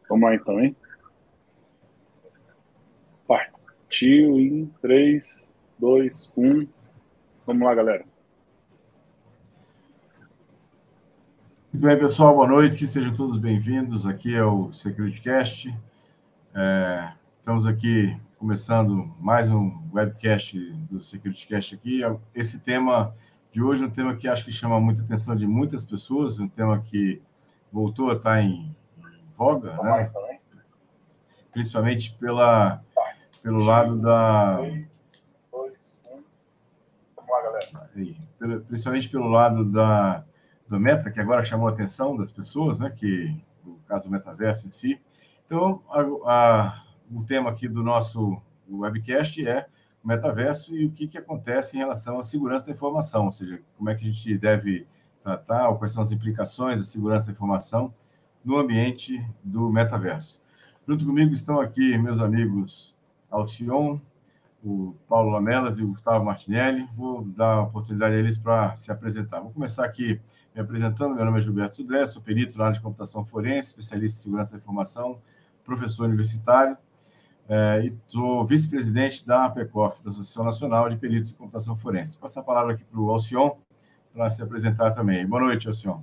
Vamos lá então, hein? Partiu em 3, 2, 1. Vamos lá, galera. Muito bem, pessoal, boa noite, sejam todos bem-vindos. Aqui é o SecurityCast. Estamos aqui começando mais um webcast do SecurityCast aqui. Esse tema de hoje é um tema que acho que chama muita atenção de muitas pessoas, um tema que voltou a estar em voga, Vamos lá né? então, hein? Principalmente pelo lado da... 3, 2, 1. Vamos lá, galera. Principalmente pelo lado do Meta, que agora chamou a atenção das pessoas, né? Que, no caso do metaverso em si. Então, o tema aqui do nosso webcast é o metaverso e o que acontece em relação à segurança da informação, ou seja, como é que a gente deve tratar, ou quais são as implicações da segurança da informação no ambiente do metaverso. Junto comigo estão aqui meus amigos Alcion, o Paulo Lamelas e o Gustavo Martinelli. Vou dar a oportunidade a eles para se apresentar. Vou começar aqui me apresentando. Meu nome é Gilberto Sudré, sou perito na área de computação forense, especialista em segurança da informação, professor universitário e sou vice-presidente da APECOF, da Associação Nacional de Peritos em Computação Forense. Vou passar a palavra aqui para o Alcion para se apresentar também. Boa noite, Alcion.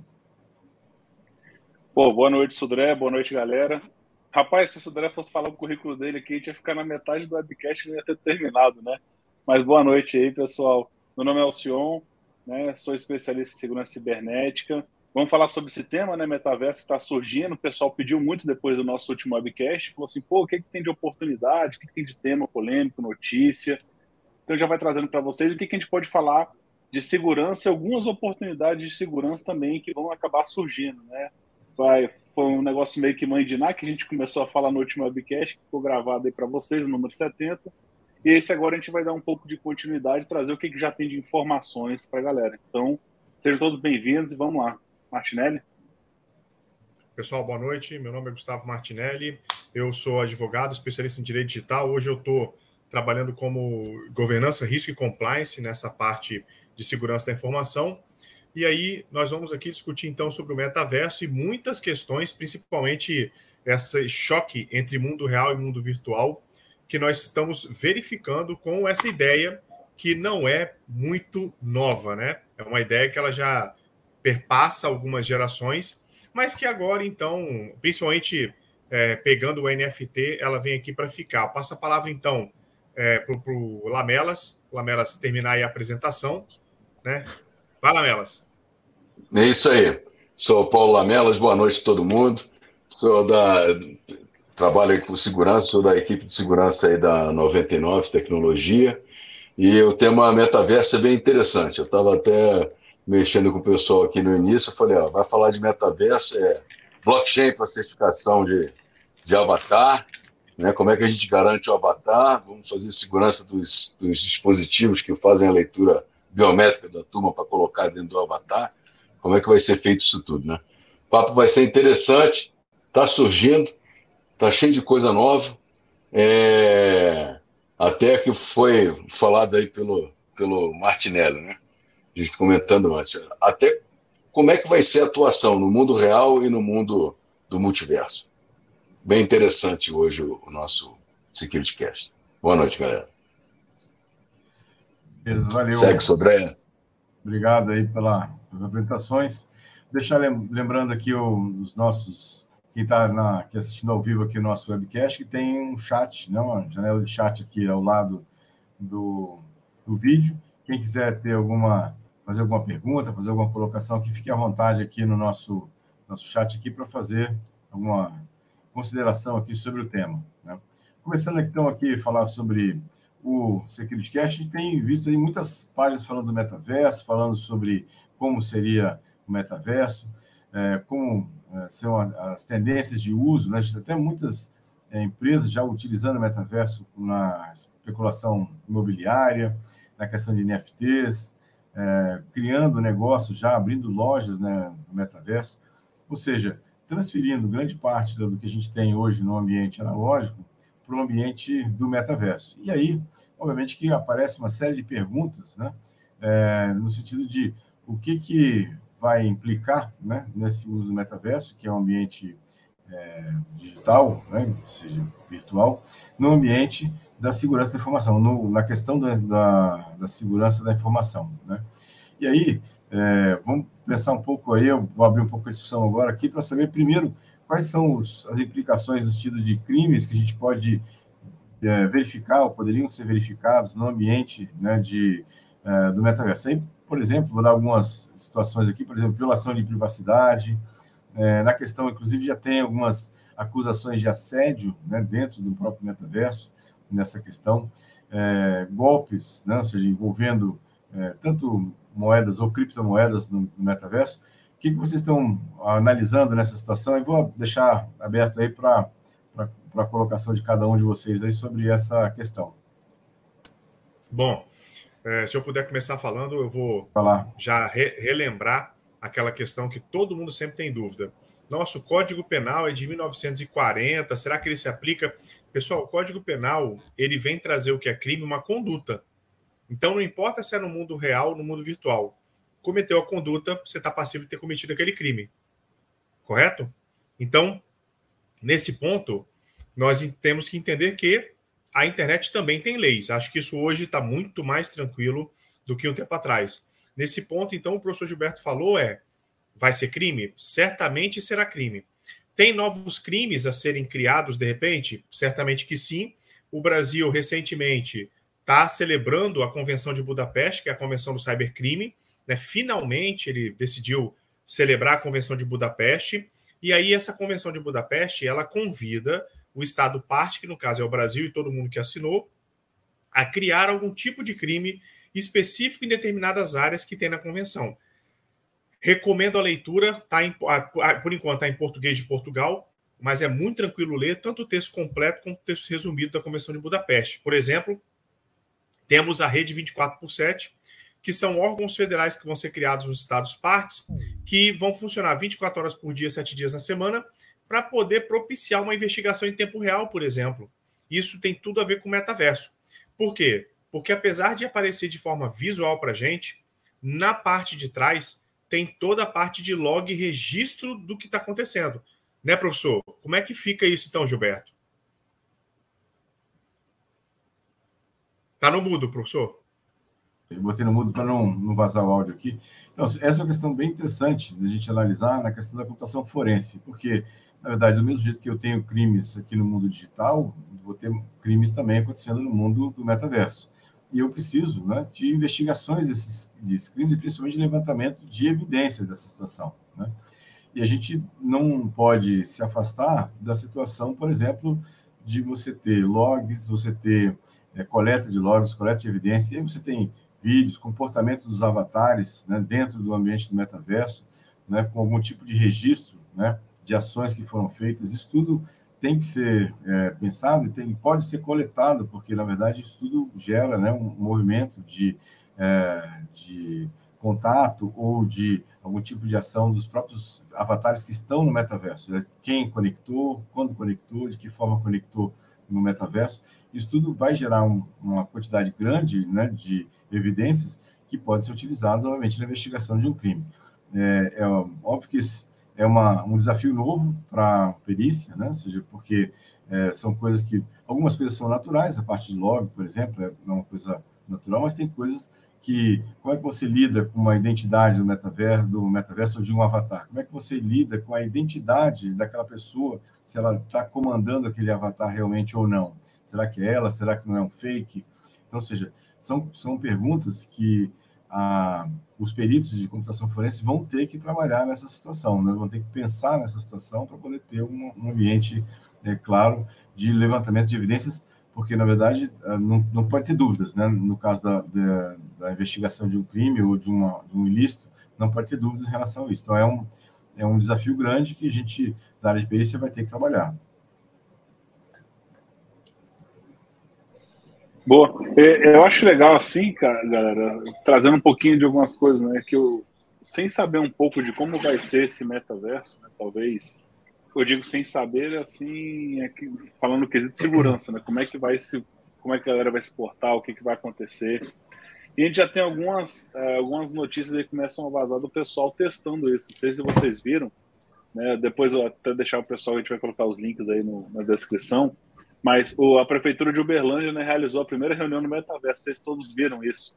Boa noite, Sudré. Boa noite, galera. Rapaz, se o Sudré fosse falar o currículo dele aqui, a gente ia ficar na metade do webcast e não ia ter terminado, né? Mas boa noite aí, pessoal. Meu nome é Alcion, né? Sou especialista em segurança cibernética. Vamos falar sobre esse tema, né? Metaverso que está surgindo. O pessoal pediu muito depois do nosso último webcast. Falou assim, pô, o que tem de oportunidade? O que tem de tema polêmico, notícia? Então já vai trazendo para vocês o que a gente pode falar de segurança e algumas oportunidades de segurança também que vão acabar surgindo, né? Foi um negócio meio que mãe de Ná, que a gente começou a falar no último webcast, que ficou gravado aí para vocês, o número 70. E esse agora a gente vai dar um pouco de continuidade, trazer o que já tem de informações para a galera. Então, sejam todos bem-vindos e vamos lá. Martinelli? Pessoal, boa noite. Meu nome é Gustavo Martinelli. Eu sou advogado, especialista em direito digital. Hoje eu estou trabalhando como governança, risco e compliance nessa parte de segurança da informação. E aí nós vamos aqui discutir então sobre o metaverso e muitas questões, principalmente esse choque entre mundo real e mundo virtual, que nós estamos verificando com essa ideia que não é muito nova, né? É uma ideia que ela já perpassa algumas gerações, mas que agora, então, principalmente pegando o NFT, ela vem aqui para ficar. Passa a palavra, então, para o Lamelas terminar aí a apresentação, né? Vai, Lamelas. É isso aí. Sou o Paulo Lamelas, boa noite a todo mundo. Trabalho aqui com segurança, sou da equipe de segurança aí da 99 Tecnologia, e o tema metaverso é bem interessante. Eu estava até mexendo com o pessoal aqui no início, eu falei, vai falar de metaverso, blockchain para certificação de avatar, né? Como é que a gente garante o avatar? Vamos fazer segurança dos dispositivos que fazem a leitura biométrica da turma para colocar dentro do avatar. Como é que vai ser feito isso tudo, né? O papo vai ser interessante, está surgindo, está cheio de coisa nova, até que foi falado aí pelo Martinelli, né? A gente comentando antes. Até como é que vai ser a atuação no mundo real e no mundo do multiverso. Bem interessante hoje o nosso SecurityCast. Boa noite, galera. Valeu. Segue, Sodré. Obrigado aí pelas apresentações. Deixar lembrando aqui os nossos, quem está aqui assistindo ao vivo aqui o nosso webcast, que tem um chat, né, uma janela de chat aqui ao lado do vídeo. Quem quiser fazer alguma pergunta, fazer alguma colocação, que fique à vontade aqui no nosso chat aqui para fazer alguma consideração aqui sobre o tema, né? Começando então aqui a falar sobre o SecurityCast, a gente tem visto aí muitas páginas falando do metaverso, falando sobre como seria o metaverso, como são as tendências de uso, né? Até muitas empresas já utilizando o metaverso na especulação imobiliária, na questão de NFTs, criando negócios, já abrindo lojas, né, no metaverso, ou seja, transferindo grande parte do que a gente tem hoje no ambiente analógico para o ambiente do metaverso. E aí, obviamente, que aparece uma série de perguntas, né, no sentido de o que vai implicar, né, nesse uso do metaverso, que é um ambiente digital, né, ou seja, virtual, no ambiente da segurança da informação, na questão da segurança da informação, né? E aí, vamos pensar um pouco aí, eu vou abrir um pouco a discussão agora aqui para saber, primeiro, quais são as implicações dos tipos de crimes que a gente pode verificar, ou poderiam ser verificados no ambiente, né, do metaverso. Aí, por exemplo, vou dar algumas situações aqui, por exemplo, violação de privacidade. Na questão, inclusive, já tem algumas acusações de assédio, né, dentro do próprio metaverso, nessa questão. Golpes, né, ou seja, envolvendo tanto moedas ou criptomoedas no metaverso. O que vocês estão analisando nessa situação? E vou deixar aberto aí para a colocação de cada um de vocês aí sobre essa questão. Bom, se eu puder começar falando, eu vou já relembrar aquela questão que todo mundo sempre tem dúvida. Nosso Código Penal é de 1940, será que ele se aplica? Pessoal, o Código Penal, ele vem trazer o que é crime, uma conduta. Então, não importa se é no mundo real ou no mundo virtual. Cometeu a conduta, você está passivo de ter cometido aquele crime. Correto? Então, nesse ponto, nós temos que entender que a internet também tem leis. Acho que isso hoje está muito mais tranquilo do que um tempo atrás. Nesse ponto, então, o professor Gilberto falou vai ser crime? Certamente será crime. Tem novos crimes a serem criados, de repente? Certamente que sim. O Brasil, recentemente, está celebrando a Convenção de Budapeste, que é a Convenção do Cybercrime. Né? Finalmente, ele decidiu celebrar a Convenção de Budapeste. E aí, essa Convenção de Budapeste, ela convida o Estado parte, que no caso é o Brasil e todo mundo que assinou, a criar algum tipo de crime específico em determinadas áreas que tem na Convenção. Recomendo a leitura, por enquanto está em português de Portugal, mas é muito tranquilo ler tanto o texto completo como o texto resumido da Convenção de Budapeste. Por exemplo, temos a Rede 24/7, que são órgãos federais que vão ser criados nos Estados partes, que vão funcionar 24 horas por dia, 7 dias na semana, para poder propiciar uma investigação em tempo real, por exemplo. Isso tem tudo a ver com o metaverso. Por quê? Porque apesar de aparecer de forma visual para a gente, na parte de trás tem toda a parte de log e registro do que está acontecendo. Né, professor? Como é que fica isso então, Gilberto? Está no mudo, professor? Eu botei no mudo para não vazar o áudio aqui. Então, essa é uma questão bem interessante da gente analisar na questão da computação forense, porque, na verdade, do mesmo jeito que eu tenho crimes aqui no mundo digital, vou ter crimes também acontecendo no mundo do metaverso. E eu preciso, né, de investigações desses crimes e principalmente de levantamento de evidência dessa situação, né? E a gente não pode se afastar da situação, por exemplo, de você ter logs, você ter coleta de logs, coleta de evidência, e aí você tem vídeos, comportamentos dos avatares, né, dentro do ambiente do metaverso, né, com algum tipo de registro, né, de ações que foram feitas. Isso tudo tem que ser pensado e pode ser coletado, porque, na verdade, isso tudo gera, né, um movimento de contato ou de algum tipo de ação dos próprios avatares que estão no metaverso. Quem conectou, quando conectou, de que forma conectou no metaverso. Isso tudo vai gerar uma quantidade grande, né, de evidências que podem ser utilizadas, obviamente, na investigação de um crime. Óbvio que é um desafio novo para a perícia, né? Ou seja, porque são coisas que... Algumas coisas são naturais, a parte de log, por exemplo, é uma coisa natural, mas tem coisas que... Como é que você lida com uma identidade do metaverso ou de um avatar? Como é que você lida com a identidade daquela pessoa, se ela está comandando aquele avatar realmente ou não? Será que é ela? Será que não é um fake? Então, ou seja, são perguntas que os peritos de computação forense vão ter que trabalhar nessa situação, né? Vão ter que pensar nessa situação para poder ter um ambiente, claro, de levantamento de evidências, porque, na verdade, não pode ter dúvidas, né? No caso da investigação de um crime ou de um ilícito, não pode ter dúvidas em relação a isso. Então, é um desafio grande que a gente, da área de perícia, vai ter que trabalhar. Boa. Eu acho legal assim, cara, galera, trazendo um pouquinho de algumas coisas, né, que sem saber um pouco de como vai ser esse metaverso, né, talvez, eu digo sem saber, assim, falando no quesito de segurança, né, como é que a galera vai se portar, o que vai acontecer. E a gente já tem algumas notícias aí que começam a vazar do pessoal testando isso. Não sei se vocês viram, né? Depois eu até deixar o pessoal, a gente vai colocar os links aí na descrição, mas a Prefeitura de Uberlândia, né, realizou a primeira reunião no metaverso, vocês todos viram isso.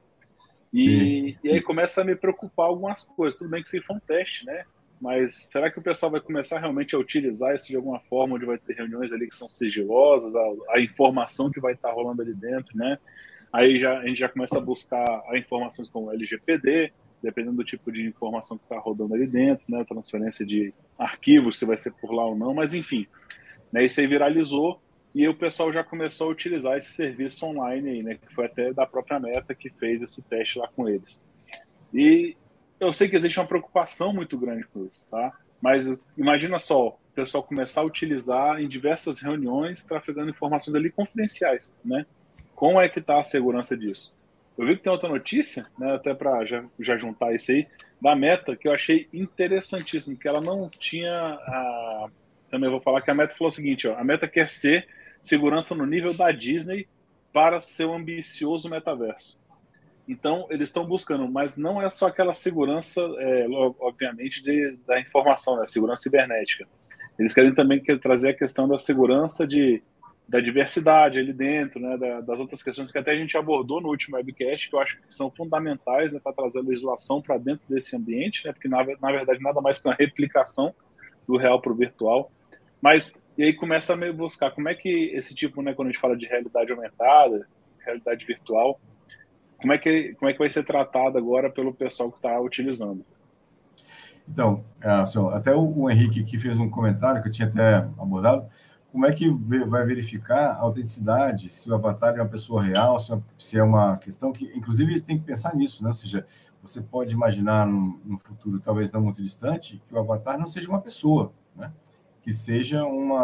E aí começa a me preocupar algumas coisas. Tudo bem que isso foi um teste, né? Mas será que o pessoal vai começar realmente a utilizar isso de alguma forma, onde vai ter reuniões ali que são sigilosas, a informação que vai estar rolando ali dentro, né? Aí a gente já começa a buscar informações como LGPD, dependendo do tipo de informação que está rodando ali dentro, né? Transferência de arquivos, se vai ser por lá ou não, mas enfim, né? Isso aí viralizou e o pessoal já começou a utilizar esse serviço online aí, né? Que foi até da própria Meta que fez esse teste lá com eles. E eu sei que existe uma preocupação muito grande com isso, tá? Mas imagina só, o pessoal começar a utilizar em diversas reuniões, trafegando informações ali confidenciais, né? Como é que está a segurança disso? Eu vi que tem outra notícia, né, até para já juntar isso aí, da Meta, que eu achei interessantíssimo, que ela não tinha... Também vou falar que a Meta falou o seguinte, ó, a Meta quer ser segurança no nível da Disney para seu ambicioso metaverso. Então, eles estão buscando, mas não é só aquela segurança, obviamente, da informação, né? Segurança cibernética. Eles querem também trazer a questão da segurança da diversidade ali dentro, né? Das outras questões que até a gente abordou no último webcast, que eu acho que são fundamentais, né, para trazer a legislação para dentro desse ambiente, né? Porque, na verdade, nada mais que uma replicação do real para o virtual. Mas, e aí começa a me buscar como é que esse tipo, né, quando a gente fala de realidade aumentada, realidade virtual, como é que vai ser tratado agora pelo pessoal que está utilizando? Então, até o Henrique aqui fez um comentário que eu tinha até abordado. Como é que vai verificar a autenticidade, se o avatar é uma pessoa real, se é uma questão que, inclusive, tem que pensar nisso, né? Ou seja, você pode imaginar no futuro, talvez não muito distante, que o avatar não seja uma pessoa, né? Que seja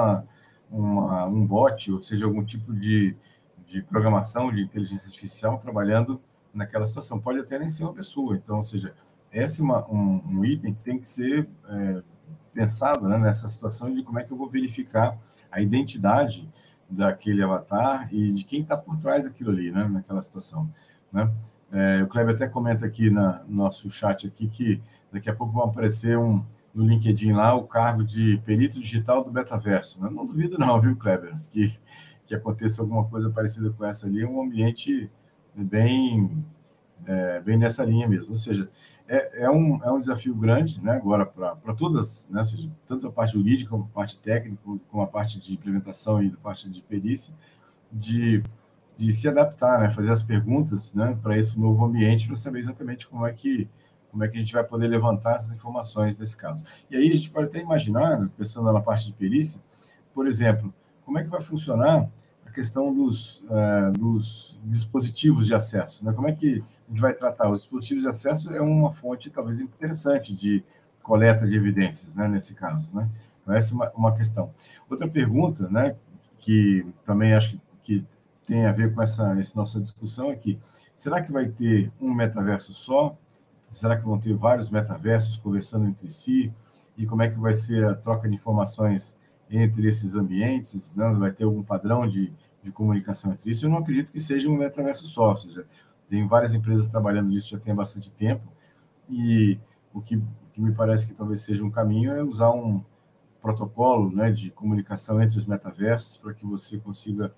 um bot, ou seja, algum tipo de programação de inteligência artificial trabalhando naquela situação. Pode até nem ser uma pessoa. Então, ou seja, esse é um item que tem que ser pensado, né, nessa situação de como é que eu vou verificar a identidade daquele avatar e de quem está por trás daquilo ali, né, naquela situação, né? O Kleber até comenta aqui no nosso chat aqui que daqui a pouco vão aparecer no LinkedIn lá o cargo de perito digital do metaverso, né? Não duvido não, viu, Kleber, que aconteça alguma coisa parecida com essa ali, um ambiente bem nessa linha mesmo. Ou seja, é um desafio grande, né, agora para todas, né, ou seja, tanto a parte jurídica, como a parte técnica, como a parte de implementação e a parte de perícia, de se adaptar, né, fazer as perguntas, né, para esse novo ambiente, para saber exatamente como é que a gente vai poder levantar essas informações nesse caso. E aí a gente pode até imaginar, pensando na parte de perícia, por exemplo, como é que vai funcionar a questão dos dispositivos de acesso, né? Como é que a gente vai tratar? Os dispositivos de acesso é uma fonte talvez interessante de coleta de evidências, né, nesse caso, né? Então, essa é uma questão. Outra pergunta, né, que também acho que tem a ver com essa nossa discussão é que será que vai ter um metaverso só? Será que vão ter vários metaversos conversando entre si? E como é que vai ser a troca de informações entre esses ambientes? Né? Vai ter algum padrão de comunicação entre isso? Eu não acredito que seja um metaverso só, ou seja, tem várias empresas trabalhando nisso já tem bastante tempo, e o que me parece que talvez seja um caminho é usar um protocolo, né, de comunicação entre os metaversos para que você consiga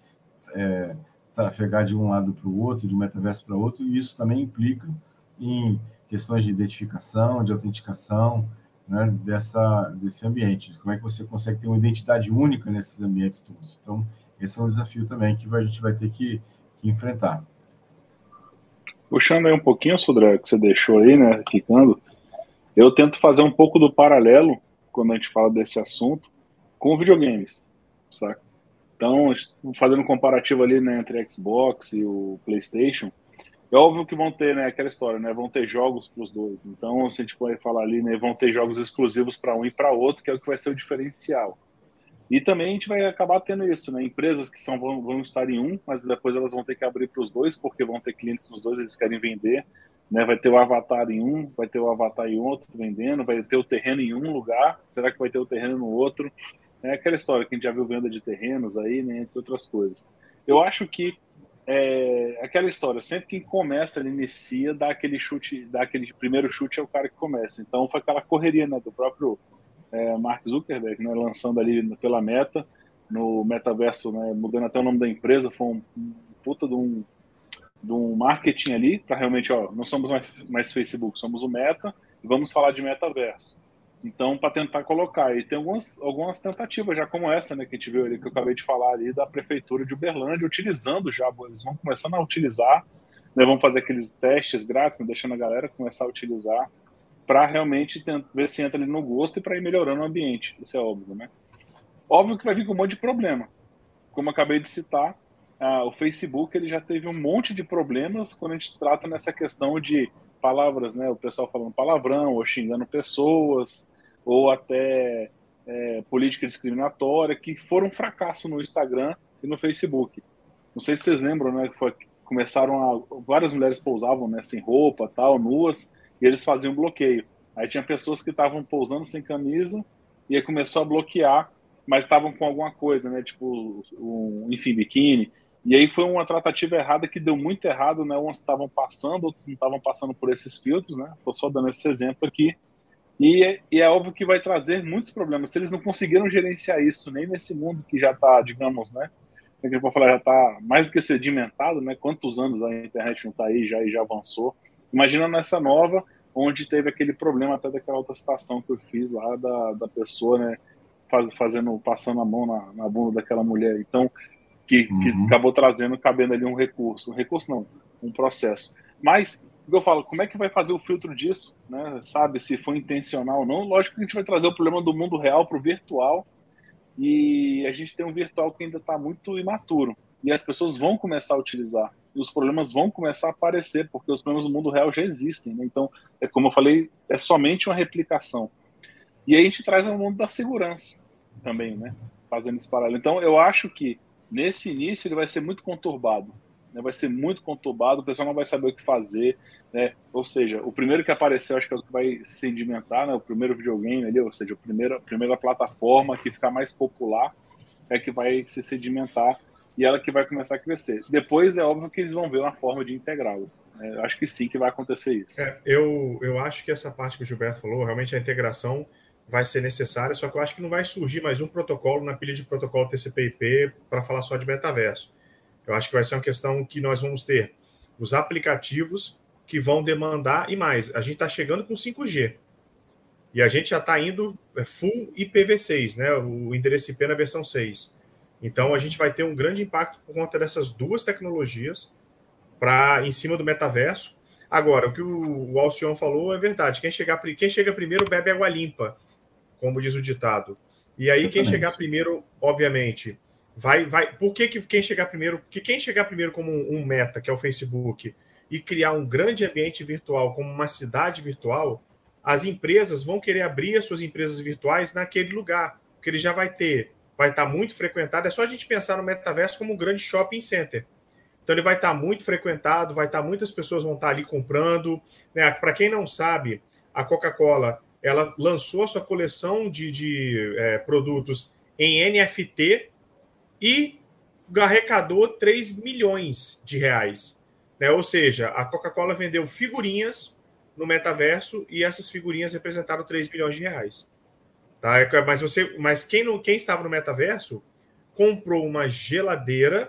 trafegar de um lado para o outro, de um metaverso para outro, e isso também implica em questões de identificação, de autenticação, né, desse ambiente. Como é que você consegue ter uma identidade única nesses ambientes todos? Então, esse é um desafio também que a gente vai ter que enfrentar. Puxando aí um pouquinho, Sodré, que você deixou aí, né, clicando, eu tento fazer um pouco do paralelo, quando a gente fala desse assunto, com videogames, saca? Então, fazendo um comparativo ali, né, entre Xbox e o PlayStation, é óbvio que vão ter, né, aquela história, né, vão ter jogos para os dois. Então, se a gente pode falar ali, né, vão ter jogos exclusivos para um e para outro, que é o que vai ser o diferencial. E também a gente vai acabar tendo isso, né, empresas que vão estar em um, mas depois elas vão ter que abrir para os dois, porque vão ter clientes nos dois, eles querem vender, né, vai ter o avatar em um, vai ter o avatar em outro vendendo, vai ter o terreno em um lugar, será que vai ter o terreno no outro? É aquela história que a gente já viu venda de terrenos aí, né, entre outras coisas. Eu acho que aquela história, sempre quem começa, ele inicia, dá aquele chute, dá aquele primeiro chute é o cara que começa. Então foi aquela correria, né, do próprio Mark Zuckerberg, né, lançando ali pela Meta, no metaverso, né, mudando até o nome da empresa, foi um puta de um marketing ali, para realmente, não somos mais Facebook, somos o Meta, e vamos falar de metaverso. Então, para tentar colocar, e tem algumas tentativas já como essa, né, que a gente viu ali, que eu acabei de falar ali, da Prefeitura de Uberlândia, utilizando já, eles vão começando a utilizar, né, vão fazer aqueles testes grátis, né, deixando a galera começar a utilizar, para realmente ver se entra ali no gosto e para ir melhorando o ambiente, isso é óbvio, né? Óbvio que vai vir com um monte de problema, como eu acabei de citar, o Facebook ele já teve um monte de problemas quando a gente trata nessa questão de palavras, né? O pessoal falando palavrão, ou xingando pessoas, ou até política discriminatória, que foram um fracasso no Instagram e no Facebook. Não sei se vocês lembram, né? Várias mulheres pousavam, né, sem roupa, tal, nuas, e eles faziam bloqueio. Aí tinha pessoas que estavam pousando sem camisa, e aí começou a bloquear, mas estavam com alguma coisa, né? Tipo, enfim, biquíni. E aí foi uma tratativa errada que deu muito errado, né? Uns estavam passando, outros não estavam passando por esses filtros, né? Estou só dando esse exemplo aqui. E é óbvio que vai trazer muitos problemas. Se eles não conseguiram gerenciar isso, nem nesse mundo que já está, digamos, né? A gente pode falar, já está mais do que sedimentado, né? Quantos anos a internet não está aí e já avançou. Imagina nessa nova, onde teve aquele problema até daquela outra citação que eu fiz lá da pessoa, né? Passando a mão na bunda daquela mulher. Então, que acabou cabendo ali um recurso. Um recurso não, um processo. Mas, eu falo, como é que vai fazer o filtro disso? Né? Sabe, se foi intencional ou não? Lógico que a gente vai trazer o problema do mundo real para o virtual, e a gente tem um virtual que ainda está muito imaturo. E as pessoas vão começar a utilizar. E os problemas vão começar a aparecer, porque os problemas do mundo real já existem. Né? Então, como eu falei, é somente uma replicação. E aí a gente traz o mundo da segurança também, né? Fazendo esse paralelo. Então, eu acho que nesse início ele vai ser muito conturbado. Né? Vai ser muito conturbado, o pessoal não vai saber o que fazer. Né? Ou seja, o primeiro que apareceu, acho que é o que vai se sedimentar, né? O primeiro videogame ali, ou seja, a primeira plataforma que ficar mais popular é que vai se sedimentar e ela que vai começar a crescer. Depois é óbvio que eles vão ver uma forma de integrá-los. Né? Eu acho que sim que vai acontecer isso. Eu acho que essa parte que o Gilberto falou, realmente a integração vai ser necessária, só que eu acho que não vai surgir mais um protocolo na pilha de protocolo TCP/IP para falar só de metaverso. Eu acho que vai ser uma questão que nós vamos ter os aplicativos que vão demandar, e mais, a gente está chegando com 5G, e a gente já está indo full IPv6, né, o endereço IP na versão 6. Então, a gente vai ter um grande impacto por conta dessas duas tecnologias em cima do metaverso. Agora, o que o Alcion falou é verdade, quem chega primeiro bebe água limpa, como diz o ditado. E aí, quem chegar primeiro, obviamente, vai. Por que quem chegar primeiro? Porque quem chegar primeiro como um meta, que é o Facebook, e criar um grande ambiente virtual, como uma cidade virtual, as empresas vão querer abrir as suas empresas virtuais naquele lugar, porque ele já vai estar muito frequentado. É só a gente pensar no metaverso como um grande shopping center. Então, ele vai estar muito frequentado, muitas pessoas vão estar ali comprando. Né? Para quem não sabe, a Coca-Cola ela lançou a sua coleção de produtos em NFT e arrecadou 3 milhões de reais. Né? Ou seja, a Coca-Cola vendeu figurinhas no metaverso e essas figurinhas representaram 3 milhões de reais. Tá? Mas quem estava no metaverso comprou uma geladeira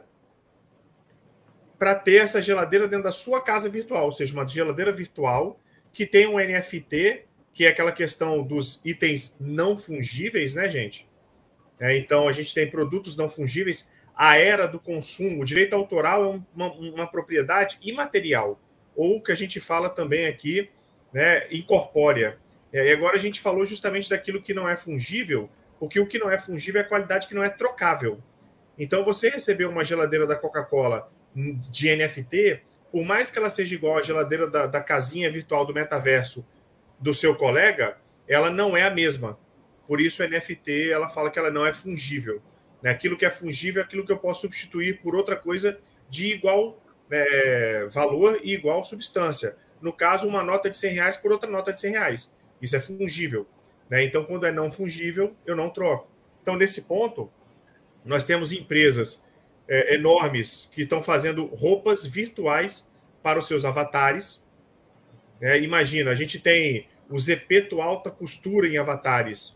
para ter essa geladeira dentro da sua casa virtual, ou seja, uma geladeira virtual que tem um NFT, que é aquela questão dos itens não fungíveis, né, gente? Então, a gente tem produtos não fungíveis. A era do consumo, o direito autoral é uma propriedade imaterial, ou que a gente fala também aqui, né, incorpórea. E agora a gente falou justamente daquilo que não é fungível, porque o que não é fungível é a qualidade que não é trocável. Então, você receber uma geladeira da Coca-Cola de NFT, por mais que ela seja igual à geladeira da casinha virtual do metaverso do seu colega, ela não é a mesma. Por isso, a NFT, ela fala que ela não é fungível. Aquilo que é fungível é aquilo que eu posso substituir por outra coisa de igual valor e igual substância. No caso, uma nota de R$100 por outra nota de R$100. Isso é fungível. Então, quando é não fungível, eu não troco. Então, nesse ponto, nós temos empresas enormes que estão fazendo roupas virtuais para os seus avatares. Imagina, a gente tem o Zepeto alta costura em avatares.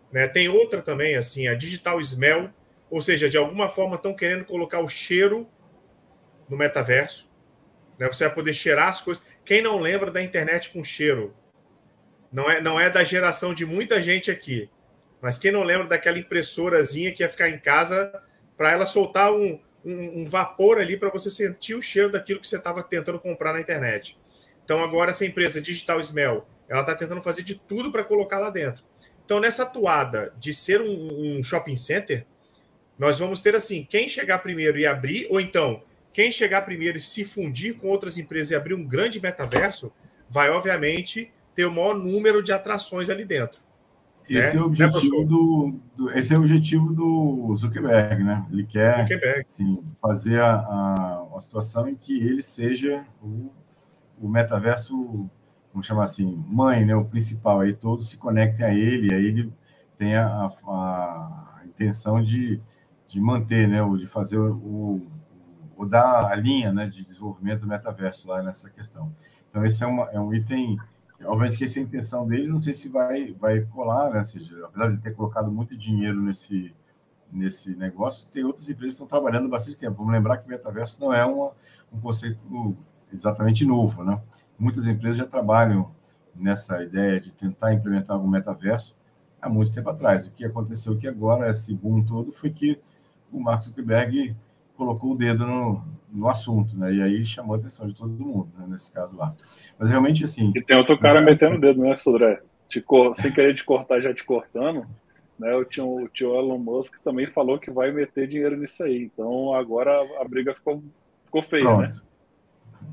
né? Tem outra também, assim, a Digital Smell, ou seja, de alguma forma estão querendo colocar o cheiro no metaverso, né? Você vai poder cheirar as coisas. Quem não lembra da internet com cheiro? Não é da geração de muita gente aqui, mas quem não lembra daquela impressorazinha que ia ficar em casa para ela soltar um vapor ali para você sentir o cheiro daquilo que você estava tentando comprar na internet. Então, agora, essa empresa Digital Smell, ela está tentando fazer de tudo para colocar lá dentro. Então, nessa atuada de ser um shopping center, nós vamos ter, assim, quem chegar primeiro e abrir, ou então, quem chegar primeiro e se fundir com outras empresas e abrir um grande metaverso, vai, obviamente, ter o maior número de atrações ali dentro. Esse é o objetivo esse é o objetivo do Zuckerberg, né? Ele quer assim, fazer uma situação em que ele seja o metaverso, vamos chamar assim, mãe, né? O principal. Aí todos se conectem a ele, aí ele tem a intenção de manter, né? Ou de fazer ou dar a linha, né? De desenvolvimento do metaverso lá nessa questão. Então esse é um item. Obviamente que essa é a intenção dele, não sei se vai colar, né? Ou seja, apesar de ter colocado muito dinheiro nesse negócio, tem outras empresas que estão trabalhando bastante tempo. Vamos lembrar que o metaverso não é um conceito exatamente novo, né? Muitas empresas já trabalham nessa ideia de tentar implementar algum metaverso há muito tempo atrás. O que aconteceu que agora, esse boom todo, foi que o Mark Zuckerberg colocou o dedo no assunto, né? E aí chamou a atenção de todo mundo, né? Nesse caso lá. Mas realmente, assim... E tem outro cara metendo o dedo, né, Sodré? Sem querer te cortar, já te cortando, né? O tio Elon Musk também falou que vai meter dinheiro nisso aí. Então, agora a briga ficou feia, Pronto. Né?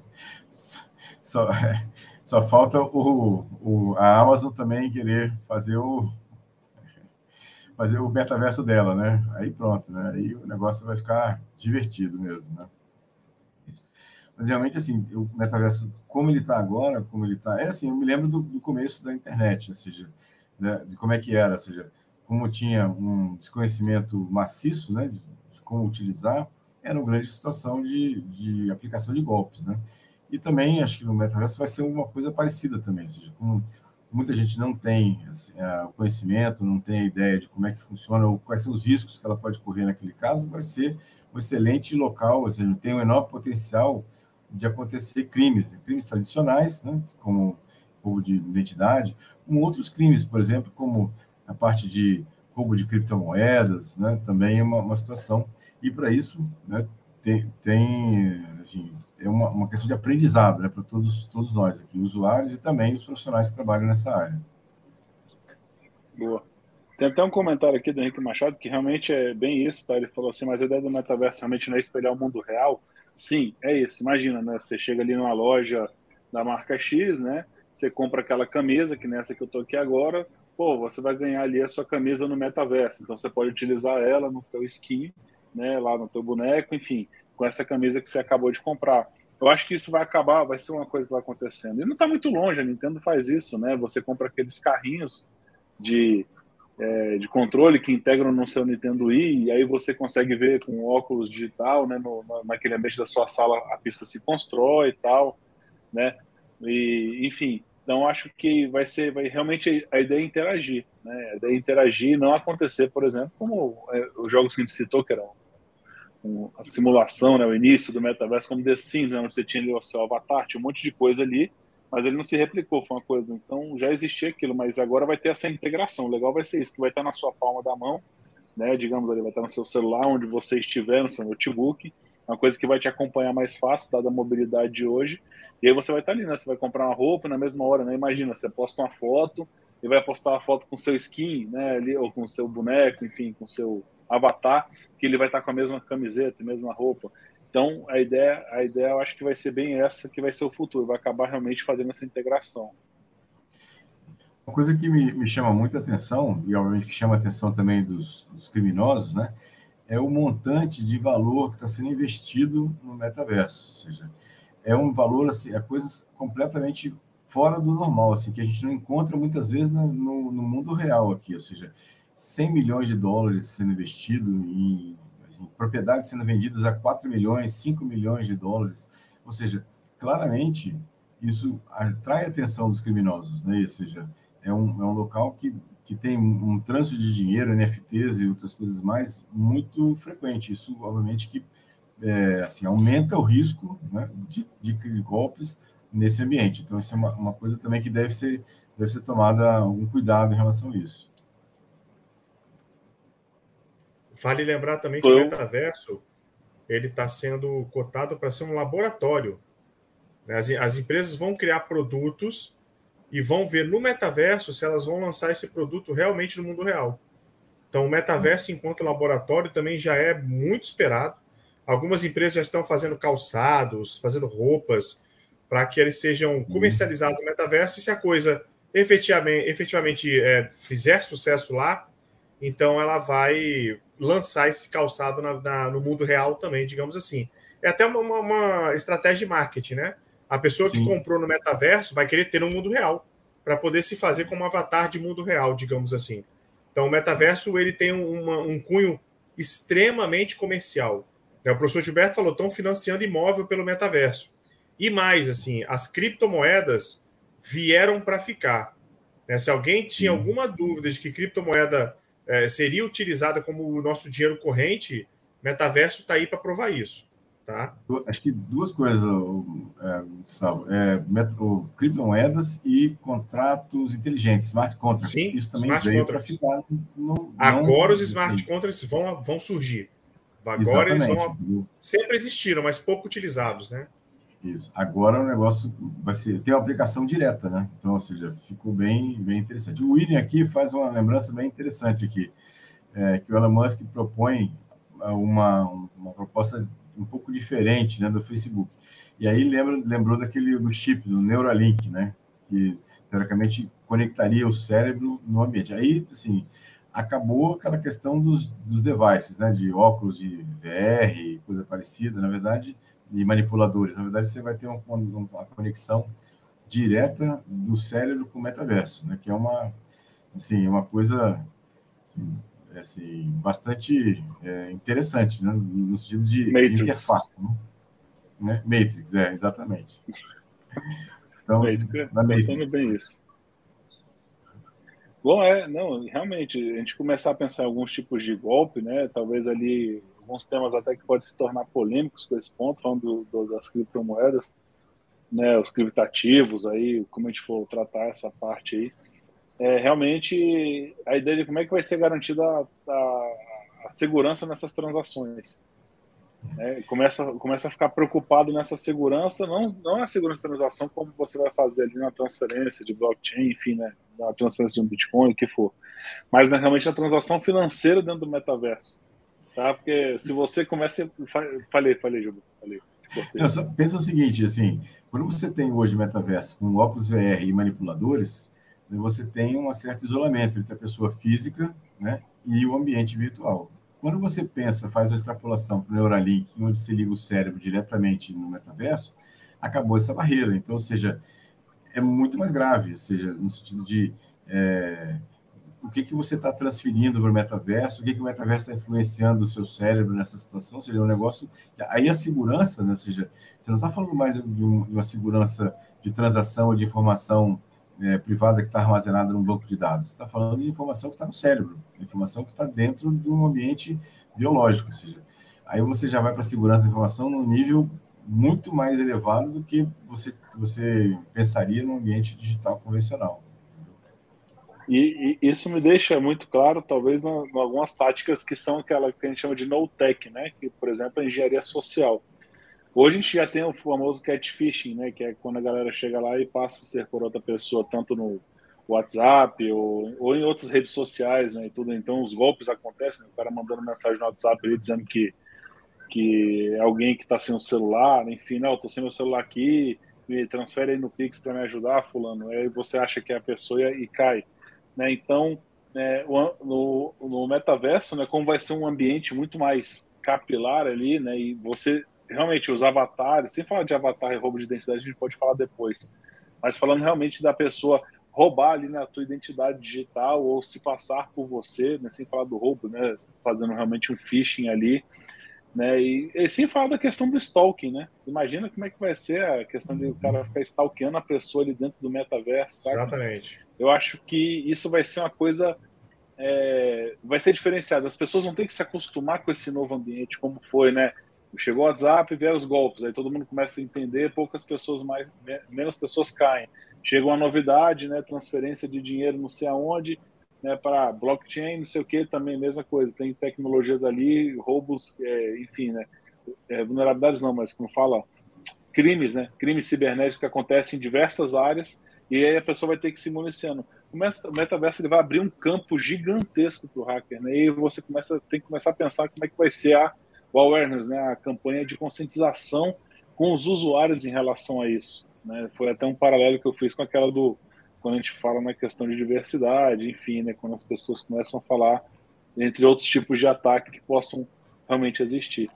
Só falta a Amazon também querer fazer o metaverso dela, né? Aí pronto, né? Aí o negócio vai ficar divertido mesmo, né? Mas realmente, assim, o metaverso, como ele está agora, como ele está... assim, eu me lembro do começo da internet, ou seja, né, de como é que era, ou seja, como tinha um desconhecimento maciço, né, de como utilizar, era uma grande situação de aplicação de golpes, né? E também, acho que no metaverso vai ser uma coisa parecida também, ou seja, como muita gente não tem assim, o conhecimento, não tem a ideia de como é que funciona ou quais são os riscos que ela pode correr naquele caso, vai ser um excelente local, ou seja, tem um enorme potencial de acontecer crimes tradicionais, né, como roubo de identidade, como outros crimes, por exemplo, como a parte de roubo de criptomoedas, né, também é uma situação. E para isso, né, tem assim, é uma questão de aprendizado, né, para todos nós aqui, usuários e também os profissionais que trabalham nessa área. Boa. Tem até um comentário aqui do Henrique Machado que realmente é bem isso, tá? Ele falou assim, mas a ideia do metaverso realmente não é espelhar o mundo real? Sim, é isso. Imagina, né? Você chega ali numa loja da marca X, né? Você compra aquela camisa, que nessa que eu tô aqui agora, pô, você vai ganhar ali a sua camisa no metaverso. Então você pode utilizar ela no teu skin, né? Lá no teu boneco, enfim, com essa camisa que você acabou de comprar. Eu acho que isso vai acabar, vai ser uma coisa que vai acontecendo. E não está muito longe, a Nintendo faz isso, né? Você compra aqueles carrinhos de controle que integram no seu Nintendo Wii, e aí você consegue ver com óculos digital, né, naquele ambiente da sua sala, a pista se constrói e tal, né, e, enfim, então acho que vai realmente a ideia é interagir, né, a ideia é interagir e não acontecer, por exemplo, como os jogos que a gente citou, que eram a simulação, né, o início do metaverso, como The Sims, né, onde você tinha ali o seu avatar, tinha um monte de coisa ali, mas ele não se replicou, foi uma coisa. Então já existia aquilo, mas agora vai ter essa integração. O legal vai ser isso, que vai estar na sua palma da mão, né? Digamos ali, vai estar no seu celular, onde você estiver, no seu notebook, uma coisa que vai te acompanhar mais fácil, dada a mobilidade de hoje. E aí você vai estar ali, né? Você vai comprar uma roupa na mesma hora, né? Imagina, você posta uma foto e vai postar uma foto com seu skin, né? Ali, ou com o seu boneco, enfim, com o seu avatar, que ele vai estar com a mesma camiseta, a mesma roupa. Então, a ideia eu acho que vai ser bem essa que vai ser o futuro, vai acabar realmente fazendo essa integração. Uma coisa que me chama muita atenção, e obviamente que chama a atenção também dos criminosos, né, é o montante de valor que está sendo investido no metaverso. Ou seja, é um valor, assim, é coisas completamente fora do normal, assim, que a gente não encontra muitas vezes no mundo real aqui. Ou seja, 100 milhões de dólares sendo investido em propriedades sendo vendidas a 4 milhões, 5 milhões de dólares. Ou seja, claramente, isso atrai a atenção dos criminosos, né? Ou seja, é um local que que tem um trânsito de dinheiro, NFTs e outras coisas mais, muito frequente. Isso, obviamente, que assim, aumenta o risco, né, de golpes nesse ambiente. Então, isso é uma coisa também que deve ser tomada algum cuidado em relação a isso. Vale lembrar também que o metaverso ele está sendo cotado para ser um laboratório. As empresas vão criar produtos e vão ver no metaverso se elas vão lançar esse produto realmente no mundo real. Então, o metaverso, enquanto laboratório, também já é muito esperado. Algumas empresas já estão fazendo calçados, fazendo roupas, para que eles sejam comercializados no metaverso. E se a coisa efetivamente fizer sucesso lá, então ela vai lançar esse calçado no mundo real também, digamos assim. É até uma estratégia de marketing, né? A pessoa que comprou no metaverso vai querer ter no mundo real, para poder se fazer como um avatar de mundo real, digamos assim. Então, o metaverso ele tem um cunho extremamente comercial. O professor Gilberto falou, estão financiando imóvel pelo metaverso. E mais, assim, as criptomoedas vieram para ficar. Se alguém tinha alguma dúvida de que criptomoeda seria utilizada como o nosso dinheiro corrente, metaverso está aí para provar isso. Tá? Acho que duas coisas, Gustavo. Criptomoedas e contratos inteligentes, smart contracts. Sim, isso também veio para ficar. Agora os smart contracts vão surgir. Agora exatamente. Eles sempre existiram, mas pouco utilizados, né? Isso. Agora o negócio vai ter uma aplicação direta, né? Então, ou seja, ficou bem interessante. O William aqui faz uma lembrança bem interessante aqui, que o Elon Musk propõe uma proposta um pouco diferente, né, do Facebook. E aí lembrou do chip, do Neuralink, né, que teoricamente conectaria o cérebro no ambiente. Aí, assim, acabou aquela questão dos devices, né, de óculos de VR, coisa parecida, na verdade, e manipuladores. Na verdade, você vai ter uma conexão direta do cérebro com o metaverso, né, que é uma coisa bastante interessante, né? No sentido de interface. Né? Matrix, exatamente. Estamos na Matrix. Bem isso. Bom, realmente, a gente começar a pensar em alguns tipos de golpe, né? Talvez ali, alguns temas até que podem se tornar polêmicos com esse ponto, falando das criptomoedas, né? Os criptativos aí, como a gente for tratar essa parte aí. Realmente a ideia de como é que vai ser garantida a segurança nessas transações. Começa a ficar preocupado nessa segurança, não a segurança da transação como você vai fazer ali na transferência de blockchain, enfim, né, na transferência de um Bitcoin, o que for, mas realmente a transação financeira dentro do metaverso. Tá? Porque se você começa... Falei, Gilberto. Pensa o seguinte, assim, quando você tem hoje metaverso com óculos VR e manipuladores, você tem um certo isolamento entre a pessoa física, né, e o ambiente virtual. Quando você faz uma extrapolação para o Neuralink, onde se liga o cérebro diretamente no metaverso, acabou essa barreira. Então, ou seja, é muito mais grave, ou seja, no sentido de o que você está transferindo para o metaverso, o que o metaverso está influenciando o seu cérebro nessa situação, ou seja, é um negócio... Aí a segurança, né, ou seja, você não está falando mais de uma segurança de transação ou de informação privada que está armazenada num banco de dados. Você está falando de informação que está no cérebro, informação que está dentro de um ambiente biológico. Ou seja, aí você já vai para a segurança da informação num nível muito mais elevado do que você pensaria num ambiente digital convencional. E isso me deixa muito claro, talvez, em algumas táticas que são aquela que a gente chama de no-tech, né? Que, por exemplo, a engenharia social. Hoje a gente já tem o famoso catfishing, né? Que é quando a galera chega lá e passa a ser por outra pessoa, tanto no WhatsApp ou em outras redes sociais, né? E tudo. Então os golpes acontecem, né? O cara mandando mensagem no WhatsApp ali, dizendo que é alguém que está sem o celular, enfim, não, eu estou sem meu celular aqui, me transfere aí no Pix para me ajudar, fulano. Aí você acha que é a pessoa e cai, né? Então, no metaverso, né? Como vai ser um ambiente muito mais capilar ali, né? E você realmente, os avatares, sem falar de avatar e roubo de identidade, a gente pode falar depois, mas falando realmente da pessoa roubar ali na tua identidade digital ou se passar por você, né, sem falar do roubo, né, fazendo realmente um phishing ali, né? E sem falar da questão do stalking, né? Imagina como é que vai ser a questão de o cara ficar stalkeando a pessoa ali dentro do metaverso, sabe? Exatamente. Eu acho que isso vai ser uma coisa... vai ser diferenciado. As pessoas vão ter que se acostumar com esse novo ambiente, como foi, né? Chegou o WhatsApp, vieram os golpes, aí todo mundo começa a entender, menos pessoas caem. Chega uma novidade, né? Transferência de dinheiro não sei aonde, né? Para blockchain, não sei o que, também mesma coisa. Tem tecnologias ali, roubos, enfim, né? Vulnerabilidades não, mas como fala, crimes, né? Crimes cibernéticos que acontecem em diversas áreas, e aí a pessoa vai ter que se municiando. O metaverso ele vai abrir um campo gigantesco para o hacker, né? E você tem que começar a pensar como é que vai ser o awareness, né? A campanha de conscientização com os usuários em relação a isso, né? Foi até um paralelo que eu fiz com aquela quando a gente fala na questão de diversidade, enfim, né? Quando as pessoas começam a falar entre outros tipos de ataque que possam realmente existir.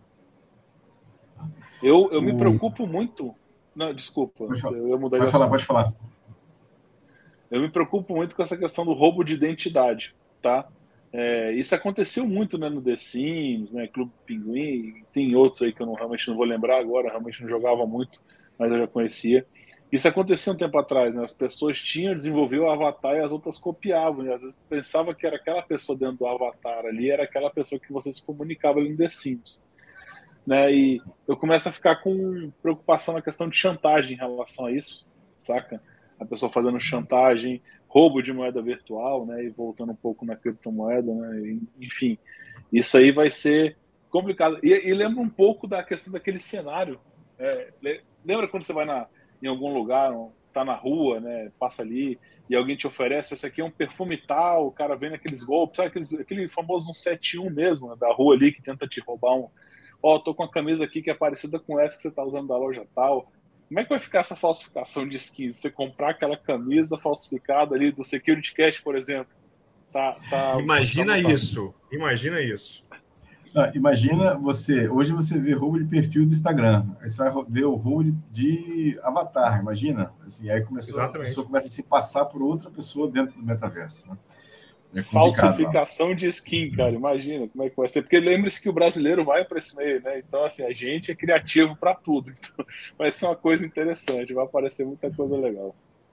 Eu me preocupo muito. Não, desculpa, eu ia mudar de assunto. Pode falar. Eu me preocupo muito com essa questão do roubo de identidade, tá? Isso aconteceu muito, né, no The Sims, né, Clube Pinguim, tem outros aí que eu realmente não vou lembrar agora, realmente não jogava muito, mas eu já conhecia. Isso acontecia um tempo atrás, né? As pessoas desenvolviam o avatar e as outras copiavam, e às vezes pensava que era aquela pessoa dentro do avatar ali, era aquela pessoa que você se comunicava ali no The Sims. Né, e eu começo a ficar com preocupação na questão de chantagem em relação a isso, saca? A pessoa fazendo chantagem, roubo de moeda virtual, né? E voltando um pouco na criptomoeda, né? Enfim, isso aí vai ser complicado. E lembra um pouco da questão daquele cenário. Lembra quando você vai em algum lugar, tá na rua, né? Passa ali e alguém te oferece, esse aqui é um perfume tal, o cara vem naqueles golpes, sabe aquele famoso 171 mesmo, né, da rua ali que tenta te roubar tô com a camisa aqui que é parecida com essa que você tá usando da loja tal. Como é que vai ficar essa falsificação de skins? Você comprar aquela camisa falsificada ali do Security Cash, por exemplo. Imagina isso. Imagina isso. Imagina hoje você vê roubo de perfil do Instagram, aí você vai ver o roubo de avatar, imagina, assim, aí a pessoa começa a se passar por outra pessoa dentro do metaverso, né? Falsificação de skin, cara, imagina como é que vai ser, porque lembre-se que o brasileiro vai para esse meio, né? Então, assim, a gente é criativo para tudo, então vai ser uma coisa interessante, vai aparecer muita coisa legal.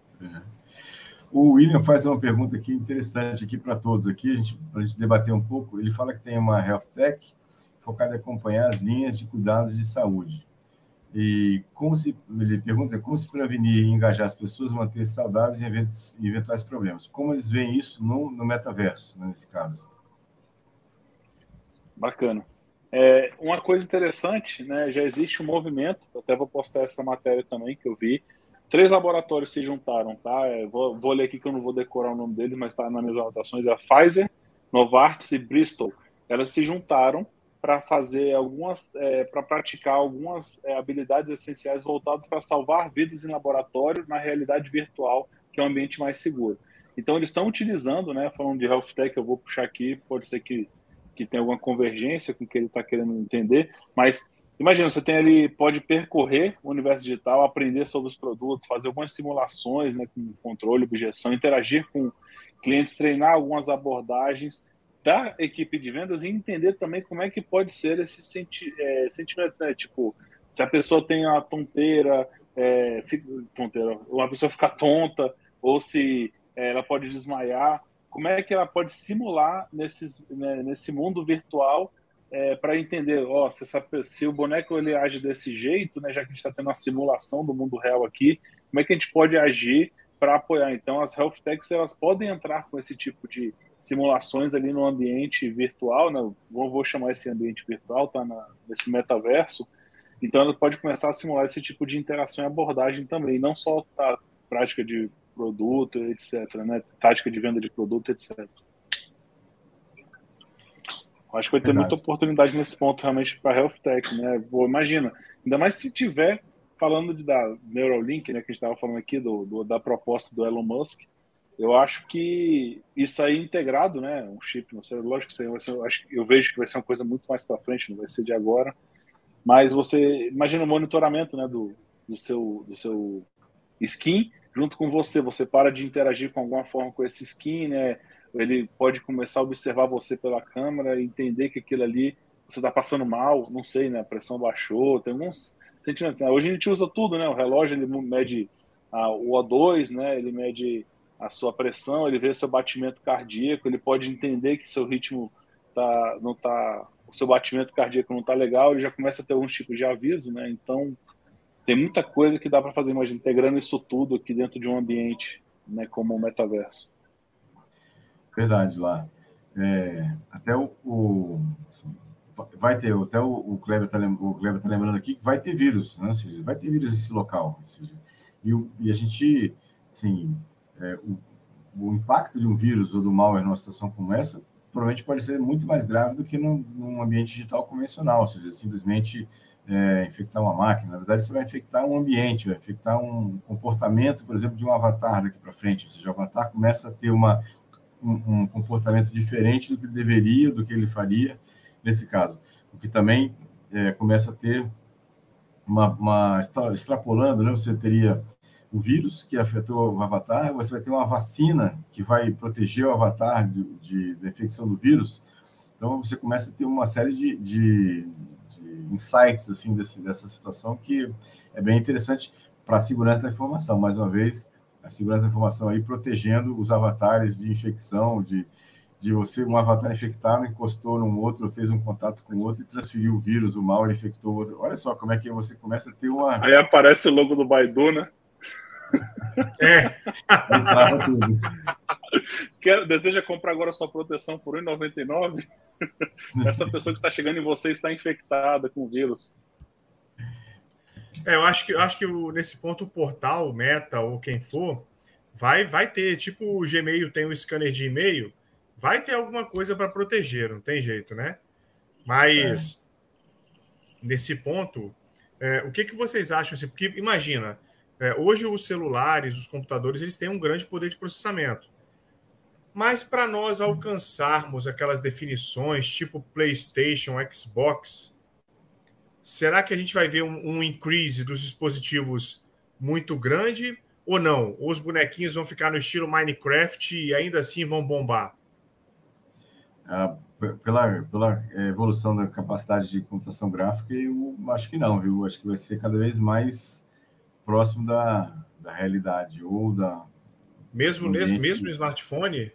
O William faz uma pergunta aqui interessante aqui para todos aqui, para a gente debater um pouco. Ele fala que tem uma health tech focada em acompanhar as linhas de cuidados de saúde. E ele pergunta como se prevenir e engajar as pessoas a manter-se saudáveis em eventuais problemas. Como eles veem isso no metaverso, né, nesse caso? Bacana. Uma coisa interessante, né, já existe um movimento, até vou postar essa matéria também que eu vi. 3 laboratórios se juntaram, tá? Vou ler aqui que eu não vou decorar o nome deles, mas está nas minhas anotações. É a Pfizer, Novartis e Bristol. Elas se juntaram para fazer para praticar algumas habilidades essenciais voltadas para salvar vidas em laboratório na realidade virtual, que é um ambiente mais seguro. Então, eles estão utilizando, né, falando de health tech, eu vou puxar aqui, pode ser que tenha alguma convergência com o que ele está querendo entender, mas imagina, você pode percorrer o universo digital, aprender sobre os produtos, fazer algumas simulações, né, com controle, objeção, interagir com clientes, treinar algumas abordagens da equipe de vendas e entender também como é que pode ser esses sentimentos, né? Tipo, se a pessoa tem uma tonteira, uma pessoa fica tonta, ou se ela pode desmaiar, como é que ela pode simular nesse mundo virtual para entender, se o boneco ele age desse jeito, né, já que a gente está tendo uma simulação do mundo real aqui, como é que a gente pode agir para apoiar? Então, as health techs elas podem entrar com esse tipo de simulações ali no ambiente virtual, né? Vou chamar esse ambiente virtual, tá nesse metaverso. Então, ela pode começar a simular esse tipo de interação e abordagem também, não só a prática de produto, etc., né? Tática de venda de produto, etc. Acho que vai ter muita oportunidade nesse ponto realmente para a Health Tech, né? Imagina, ainda mais se tiver falando da Neuralink, né, que a gente estava falando aqui da proposta do Elon Musk, eu acho que isso aí integrado, né, um chip, não sei, lógico que eu vejo que vai ser uma coisa muito mais para frente, não vai ser de agora, mas você imagina o monitoramento, né, do seu skin junto com você para de interagir com alguma forma com esse skin, né? Ele pode começar a observar você pela câmera, entender que aquilo ali você está passando mal, não sei, né? A pressão baixou, tem alguns sentimentos. Hoje a gente usa tudo, né? O relógio ele mede o O2, né? Ele mede a sua pressão, ele vê seu batimento cardíaco, ele pode entender que seu ritmo não tá, o seu batimento cardíaco não está legal, ele já começa a ter alguns tipos de aviso, né? Então tem muita coisa que dá para fazer, imagina, integrando isso tudo aqui dentro de um ambiente, né? Como o metaverso. Verdade, lá. Até assim, vai ter, até o Kleber está lembrando aqui que vai ter vírus, né? Ou seja, vai ter vírus nesse local. Ou seja, e a gente, assim, o impacto de um vírus ou do malware numa situação como essa provavelmente pode ser muito mais grave do que num ambiente digital convencional, ou seja, simplesmente infectar uma máquina. Na verdade, você vai infectar um ambiente, vai infectar um comportamento, por exemplo, de um avatar daqui para frente. Ou seja, o avatar começa a ter um comportamento diferente do que deveria, do que ele faria nesse caso. O que também começa a ter extrapolando, né? Você teria o vírus que afetou o avatar, você vai ter uma vacina que vai proteger o avatar da infecção do vírus. Então, você começa a ter uma série de insights assim, dessa situação que é bem interessante para a segurança da informação. Mais uma vez, a segurança da informação aí protegendo os avatares de infecção, de você, um avatar infectado, encostou num outro, fez um contato com o outro e transferiu o vírus, o mal, ele infectou o outro. Olha só como é que você começa a ter uma... Aí aparece o logo do Baidu, né? Deseja comprar agora sua proteção por R$ 1,99? Essa pessoa que está chegando em você está infectada com o vírus. Eu acho que nesse ponto o portal, o Meta ou quem for, vai ter, tipo o Gmail tem um scanner de e-mail, vai ter alguma coisa para proteger, não tem jeito, né? Mas nesse ponto, o que vocês acham? Assim, porque imagina, hoje os celulares, os computadores, eles têm um grande poder de processamento. Mas para nós alcançarmos aquelas definições tipo PlayStation, Xbox, será que a gente vai ver um increase dos dispositivos muito grande ou não? Ou os bonequinhos vão ficar no estilo Minecraft e ainda assim vão bombar? Pela evolução da capacidade de computação gráfica, eu acho que não, viu? Acho que vai ser cada vez mais próximo da realidade ou da... Mesmo no smartphone?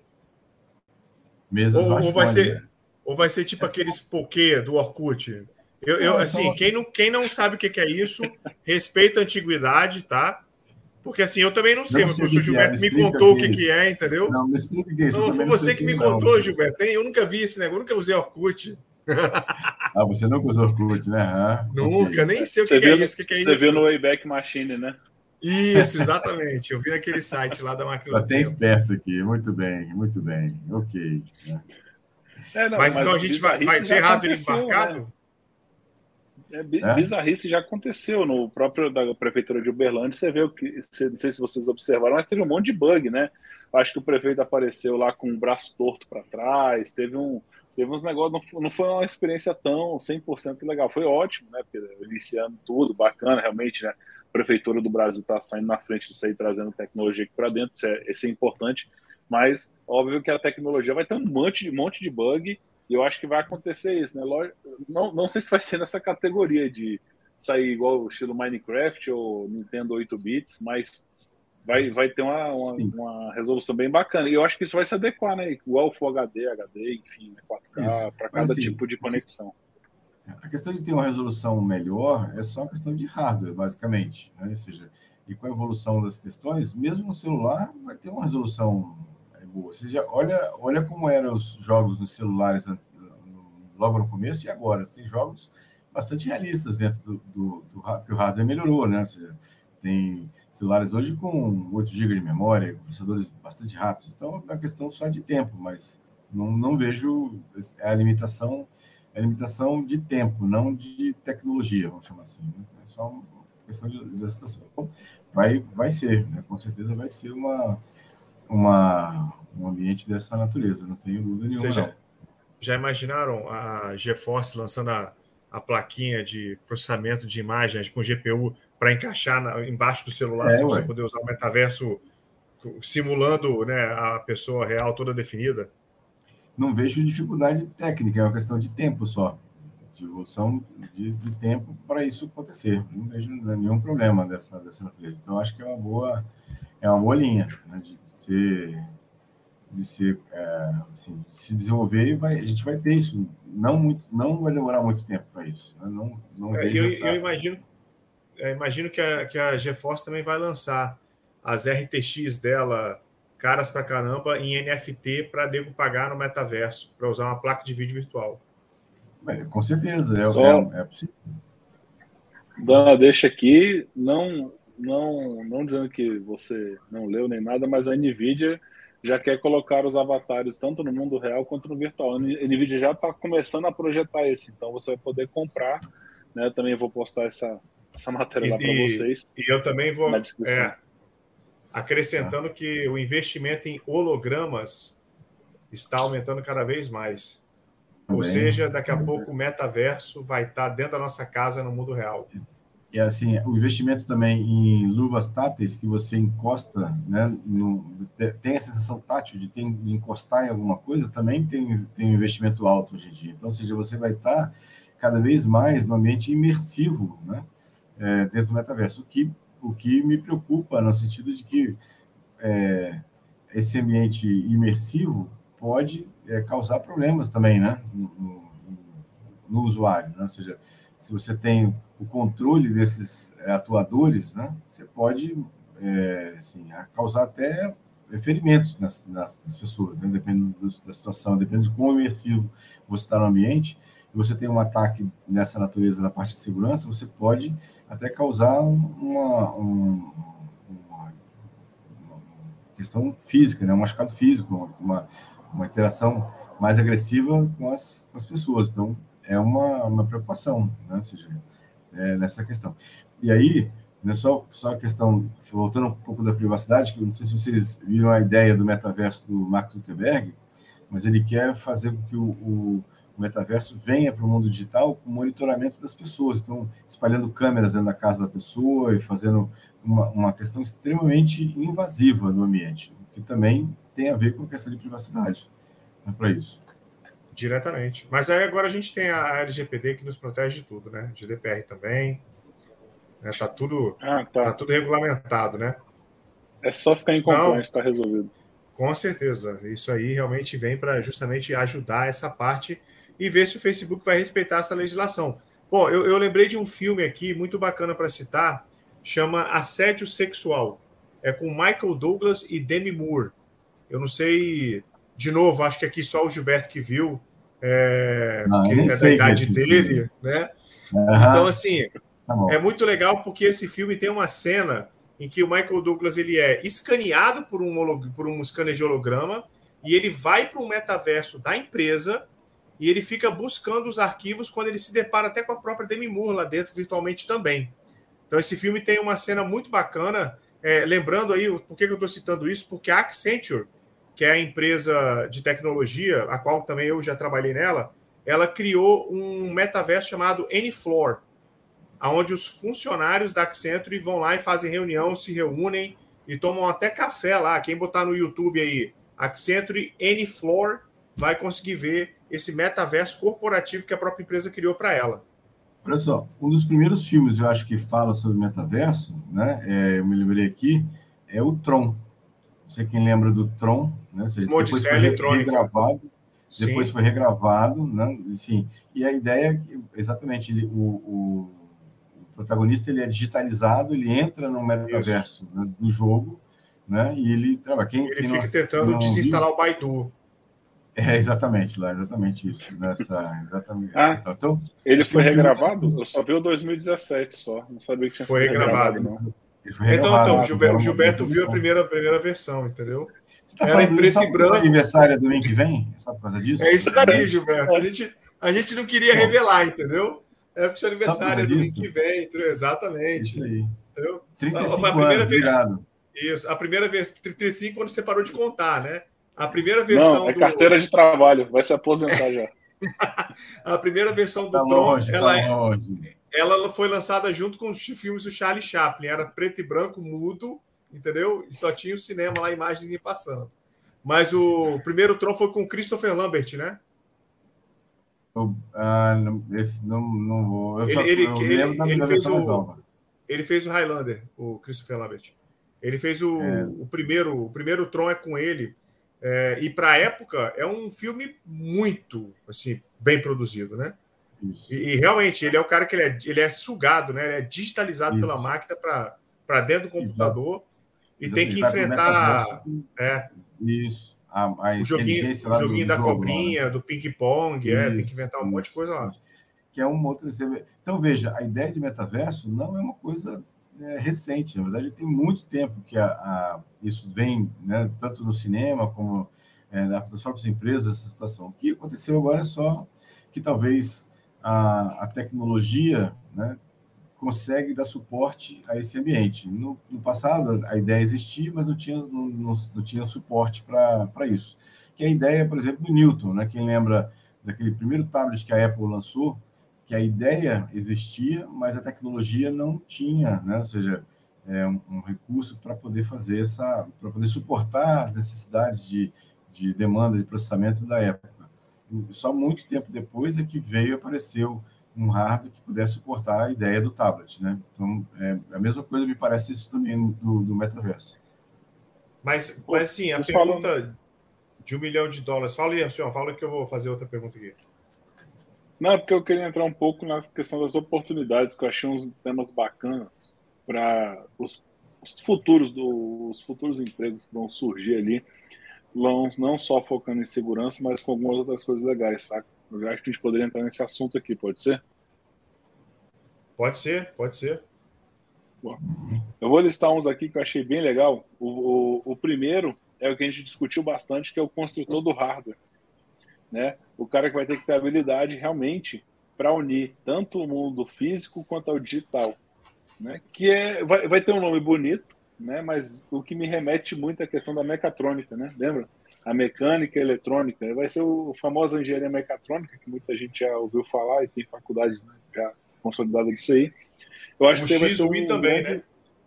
Mesmo ou vai ser tipo aqueles Poké do Orkut? Assim, quem não sabe o que é isso, respeita a antiguidade, tá? Porque assim, eu também não sei, mas o professor Gilberto me contou o que é, entendeu? Não, me explica o que é isso. Não, foi você que me contou, Gilberto. Eu nunca vi esse negócio, nunca usei Orkut. Você nunca usou Orkut, né? Nunca, nem sei o que é isso. Você viu no Wayback Machine, né? Isso, exatamente. Eu vi naquele site lá da máquina. Só tem esperto aqui. Muito bem. Ok. Mas então a gente vai ter hardware embarcado? Né? Bizarrice já aconteceu no próprio da prefeitura de Uberlândia. Você vê não sei se vocês observaram, mas teve um monte de bug, né? Acho que o prefeito apareceu lá com o braço torto para trás, teve uns negócios, não foi uma experiência tão 100% legal. Foi ótimo, né? Iniciando tudo, bacana, realmente, né? A prefeitura do Brasil está saindo na frente disso aí, trazendo tecnologia aqui para dentro, isso é importante, mas óbvio que a tecnologia vai ter um monte de bug, e eu acho que vai acontecer isso, né? Não sei se vai ser nessa categoria de sair igual o estilo Minecraft ou Nintendo 8 bits, mas vai ter uma resolução bem bacana. E eu acho que isso vai se adequar, né? Igual o Full HD, enfim, 4K, para cada tipo de conexão. A questão de ter uma resolução melhor é só uma questão de hardware, basicamente, né? Ou seja, e com a evolução das questões, mesmo no celular vai ter uma resolução boa. Ou seja, olha como eram os jogos nos celulares logo no começo e agora. Tem jogos bastante realistas dentro que o hardware melhorou, né? Ou seja, tem celulares hoje com 8 GB de memória, processadores bastante rápidos. Então, é uma questão só de tempo, mas não vejo a limitação de tempo, não de tecnologia, vamos chamar assim. Né? É só uma questão de situação. Então, vai ser, né? Com certeza vai ser um ambiente dessa natureza, não tenho dúvida nenhuma. Já imaginaram a GeForce lançando a plaquinha de processamento de imagens com GPU para encaixar embaixo do celular, se você poder usar o metaverso simulando, né, a pessoa real toda definida? Não vejo dificuldade técnica, é uma questão de tempo só. de evolução de tempo para isso acontecer. Não vejo nenhum problema dessa natureza. Então, acho que é uma boa linha, né, de se desenvolver, e a gente vai ter isso. Não vai demorar muito tempo para isso. Né? Não eu imagino que a GeForce também vai lançar as RTX dela caras pra caramba em NFT para nego pagar no metaverso, para usar uma placa de vídeo virtual. Com certeza, é possível. Dana, deixa aqui, não dizendo que você não leu nem nada, mas a NVIDIA já quer colocar os avatares tanto no mundo real quanto no virtual. A NVIDIA já está começando a projetar esse, então você vai poder comprar, né? Eu também vou postar essa matéria lá para vocês. E eu também vou na descrição. Acrescentando que o investimento em hologramas está aumentando cada vez mais. Ou seja, daqui a pouco o metaverso vai estar dentro da nossa casa no mundo real. E assim, o investimento também em luvas táteis que você encosta, né, tem a sensação tátil de encostar em alguma coisa, também tem um investimento alto hoje em dia. Então, ou seja, você vai estar cada vez mais no ambiente imersivo, né, dentro do metaverso, o que me preocupa no sentido de que esse ambiente imersivo pode causar problemas também, né, no usuário, né? Ou seja, se você tem o controle desses atuadores, né, você pode causar até ferimentos nas pessoas, né, dependendo da situação, dependendo de quão imersivo você está no ambiente, e você tem um ataque nessa natureza na parte de segurança, você pode até causar uma questão física, né, um machucado físico, uma interação mais agressiva com as pessoas. Então, é uma preocupação, né? Ou seja, nessa questão. E aí, né, só a questão, voltando um pouco da privacidade, que eu não sei se vocês viram a ideia do metaverso do Mark Zuckerberg, mas ele quer fazer com que o metaverso venha para o mundo digital com monitoramento das pessoas, então espalhando câmeras dentro da casa da pessoa e fazendo uma questão extremamente invasiva no ambiente, que também tem a ver com a questão de privacidade, né, para isso. Diretamente. Mas aí agora a gente tem a LGPD que nos protege de tudo, né? GDPR também. Né? Tá tudo regulamentado, né? É só ficar em compliance, está resolvido. Com certeza. Isso aí realmente vem para justamente ajudar essa parte e ver se o Facebook vai respeitar essa legislação. Bom, eu lembrei de um filme aqui muito bacana para citar, chama Assédio Sexual. É com Michael Douglas e Demi Moore. Eu não sei, de novo, acho que aqui só o Gilberto que viu, porque é da idade dele, né? Então, assim, é muito legal porque esse filme tem uma cena em que o Michael Douglas ele é escaneado por um scanner de holograma e ele vai para um metaverso da empresa e ele fica buscando os arquivos quando ele se depara até com a própria Demi Moore lá dentro virtualmente também. Então, esse filme tem uma cena muito bacana. Lembrando aí, por que eu estou citando isso? Porque a Accenture, que é a empresa de tecnologia, a qual também eu já trabalhei nela, ela criou um metaverso chamado N-Floor, onde os funcionários da Accenture vão lá e fazem reunião, se reúnem e tomam até café lá. Quem botar no YouTube aí, Accenture N-Floor, vai conseguir ver esse metaverso corporativo que a própria empresa criou para ela. Olha só, um dos primeiros filmes, eu acho, que fala sobre metaverso, né? Eu me lembrei aqui, é o Tron. Não sei quem lembra do Tron, né? Ou seja, depois foi regravado, né? Assim, e a ideia é que, exatamente, o protagonista ele é digitalizado, ele entra no metaverso, né, do jogo, né? E ele trabalha. Ele fica tentando desinstalar o Baidu. Exatamente isso. Exatamente essa questão. Então, ele foi regravado? Eu só vi o 2017 só. Não sabia que tinha sido regravado, não. Então, Gilberto viu a primeira versão, entendeu? Você tá era em preto e branco. Aniversário do ano que vem? É só por causa disso? É isso daí, Gilberto. A gente não queria revelar, entendeu? É porque seu aniversário é do ano que vem, entendeu? Exatamente. Isso aí. Entendeu? 35 anos, obrigado. Isso. A primeira vez, 35 quando você parou de contar, né? A primeira versão não, carteira de trabalho, vai se aposentar já. A primeira versão do Tron, ela foi lançada junto com os filmes do Charlie Chaplin. Era preto e branco, mudo, entendeu? E só tinha o cinema lá, imagens passando. Mas o primeiro Tron foi com Christopher Lambert, né? Esse não vou. Eu me lembro da versão mais nova. Ele fez o Highlander, o Christopher Lambert. Ele fez o primeiro Tron é com ele. E para a época é um filme muito assim, bem produzido, né? Isso. E realmente ele é o cara que ele é sugado, né? Ele é digitalizado Isso. pela máquina para dentro do computador. E tem que Vai enfrentar isso. O joguinho da cobrinha, né? do ping-pong, tem que inventar um monte de coisa lá. Que é um outro. Então, veja, a ideia de metaverso não é uma coisa recente. Na verdade, tem muito tempo que isso vem, né, tanto no cinema como das próprias empresas, essa situação. O que aconteceu agora é só que talvez a tecnologia, né, consegue dar suporte a esse ambiente. No passado, a ideia existia, mas não tinha suporte para isso. Que é a ideia, por exemplo, do Newton, né? Quem lembra daquele primeiro tablet que a Apple lançou, que a ideia existia, mas a tecnologia não tinha, né? Ou seja, um recurso para poder fazer para poder suportar as necessidades de demanda de processamento da época. Só muito tempo depois é que apareceu um hardware que pudesse suportar a ideia do tablet, né? Então, a mesma coisa me parece isso também do metaverso. Mas sim, a pergunta de $1 milhão. Fala aí, senhor, fala que eu vou fazer outra pergunta aqui. Não, porque eu queria entrar um pouco na questão das oportunidades, que eu achei uns temas bacanas para os futuros empregos que vão surgir ali, não só focando em segurança, mas com algumas outras coisas legais, saca? Eu acho que a gente poderia entrar nesse assunto aqui, pode ser? Pode ser. Bom, eu vou listar uns aqui que eu achei bem legal. O primeiro é o que a gente discutiu bastante, que é o construtor do hardware, né? O cara que vai ter que ter habilidade realmente para unir tanto o mundo físico quanto ao digital, né? Que vai ter um nome bonito, né? Mas o que me remete muito é a questão da mecatrônica, né? Lembra? A mecânica e a eletrônica. Vai ser o famoso engenharia mecatrônica, que muita gente já ouviu falar e tem faculdade, né, já consolidada disso aí. Eu acho que vai ser XUI também, né?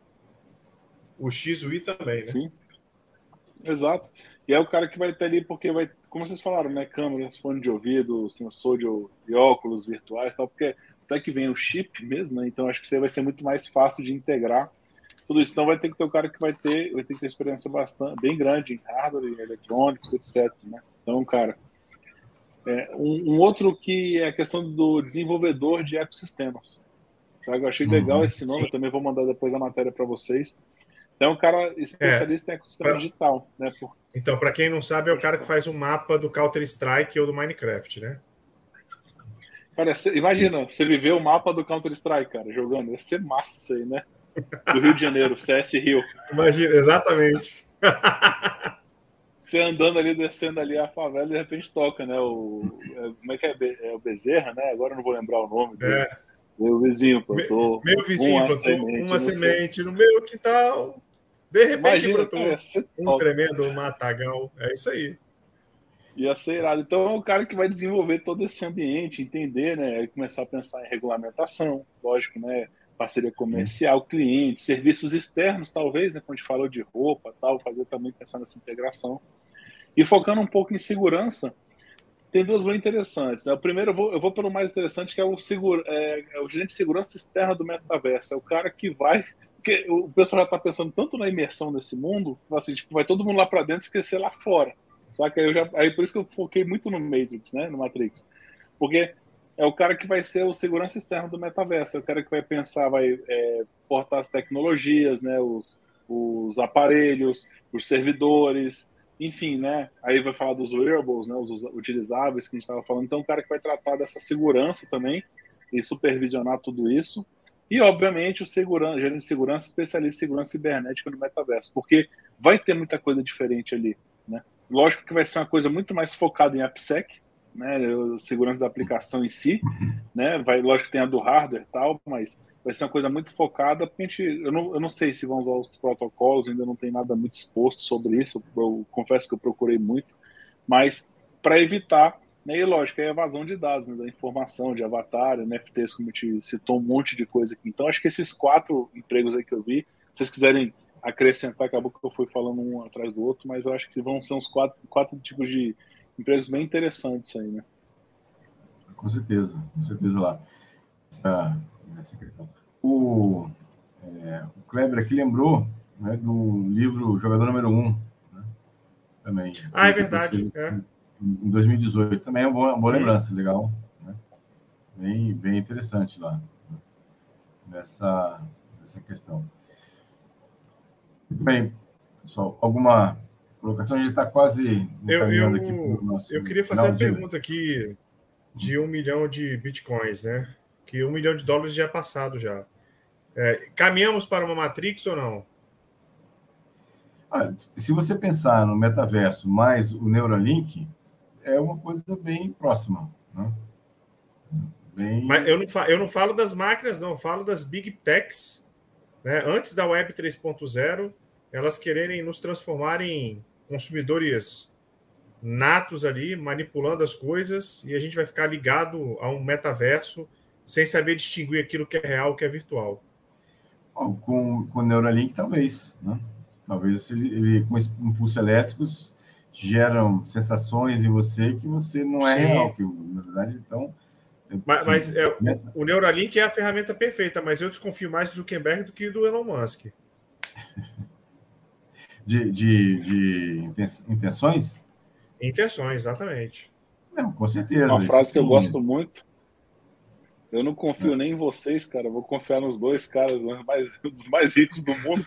O XUI também, né? Sim, exato. E é o cara que vai ter ali, porque vai, como vocês falaram, né? Câmeras, fone de ouvido, sensor de óculos virtuais e tal, porque até que vem o chip mesmo, né? Então acho que isso aí vai ser muito mais fácil de integrar tudo isso. Então vai ter que ter o cara que vai ter experiência bem grande em hardware, em eletrônicos, etc. Né? Então, cara, um outro que é a questão do desenvolvedor de ecossistemas. Sabe? Eu achei legal esse nome, eu também vou mandar depois a matéria para vocês. Então, um cara especialista em ecossistema digital. Né? Então, para quem não sabe, é o cara que faz um mapa do Counter-Strike ou do Minecraft, né? Cara, imagina, você viver o mapa do Counter-Strike, cara, jogando. Ia ser massa isso aí, né? Do Rio de Janeiro, CS Rio. Imagina, exatamente. Você andando ali, descendo ali a favela, de repente toca, né? Como é que é? É o Bezerra, né? Agora eu não vou lembrar o nome dele. Meu vizinho plantou. Meu vizinho plantou uma semente no meu quintal. De repente brotou um tremendo matagal. É isso aí. Ia ser irado. Então é o cara que vai desenvolver todo esse ambiente, entender, né? Começar a pensar em regulamentação, lógico, né? Parceria comercial, cliente, serviços externos, talvez, né? Quando a gente falou de roupa, tal, fazer também pensar nessa integração. E focando um pouco em segurança, tem duas bem interessantes. Né? O primeiro, eu vou pelo mais interessante, que é o gerente de segurança externa do metaverso. É o cara que vai... Porque o pessoal já está pensando tanto na imersão nesse mundo, assim, tipo, vai todo mundo lá para dentro e esquecer lá fora. Saca? Aí por isso que eu foquei muito no Matrix, né? No Matrix. Porque é o cara que vai ser o segurança externo do metaverso. É o cara que vai pensar, vai portar as tecnologias, né? Os aparelhos, os servidores... Enfim, né? Aí vai falar dos wearables, né? Os utilizáveis que a gente estava falando. Então, o cara que vai tratar dessa segurança também e supervisionar tudo isso. E, obviamente, o gerente de segurança, especialista em segurança cibernética no metaverso, porque vai ter muita coisa diferente ali, né? Lógico que vai ser uma coisa muito mais focada em AppSec, né? Segurança da aplicação em si, né? Lógico que tem a do hardware e tal, mas vai ser uma coisa muito focada, porque eu não sei se vão usar os protocolos, ainda não tem nada muito exposto sobre isso, eu confesso que eu procurei muito, mas para evitar, né, e lógico, a evasão de dados, né, da informação, de avatar, NFTs, como a gente citou um monte de coisa aqui. Então, acho que esses 4 empregos aí que eu vi, se vocês quiserem acrescentar, acabou que eu fui falando um atrás do outro, mas eu acho que vão ser uns 4 tipos de empregos bem interessantes aí, né? com certeza lá. Essa questão. O Kleber aqui lembrou, né, do livro Jogador Número 1, né, também. É verdade. Em 2018. Também é uma boa lembrança, legal. Né? Bem interessante lá, né, nessa questão. Muito bem, pessoal. Alguma colocação? A gente está quase encaminhando aqui para o nosso... Eu queria fazer a pergunta aqui de 1 milhão de bitcoins, né? Que 1 milhão de dólares já é passado já. Caminhamos para uma Matrix ou não? Se você pensar no metaverso mais o Neuralink, é uma coisa bem próxima, né? Mas eu não falo das máquinas, não. Eu falo das Big Techs, né? Antes da Web 3.0, elas quererem nos transformar em consumidores natos ali, manipulando as coisas, e a gente vai ficar ligado a um metaverso sem saber distinguir aquilo que é real e o que é virtual. Com o Neuralink, talvez, né? Talvez ele com impulsos elétricos geram sensações em você que você não é real, que na verdade, então... Mas o Neuralink é a ferramenta perfeita, mas eu desconfio mais do Zuckerberg do que do Elon Musk. De intenções? Intenções, exatamente. Não, com certeza. Uma frase que eu gosto muito. Eu não confio nem em vocês, cara. Eu vou confiar nos dois caras dos mais ricos do mundo.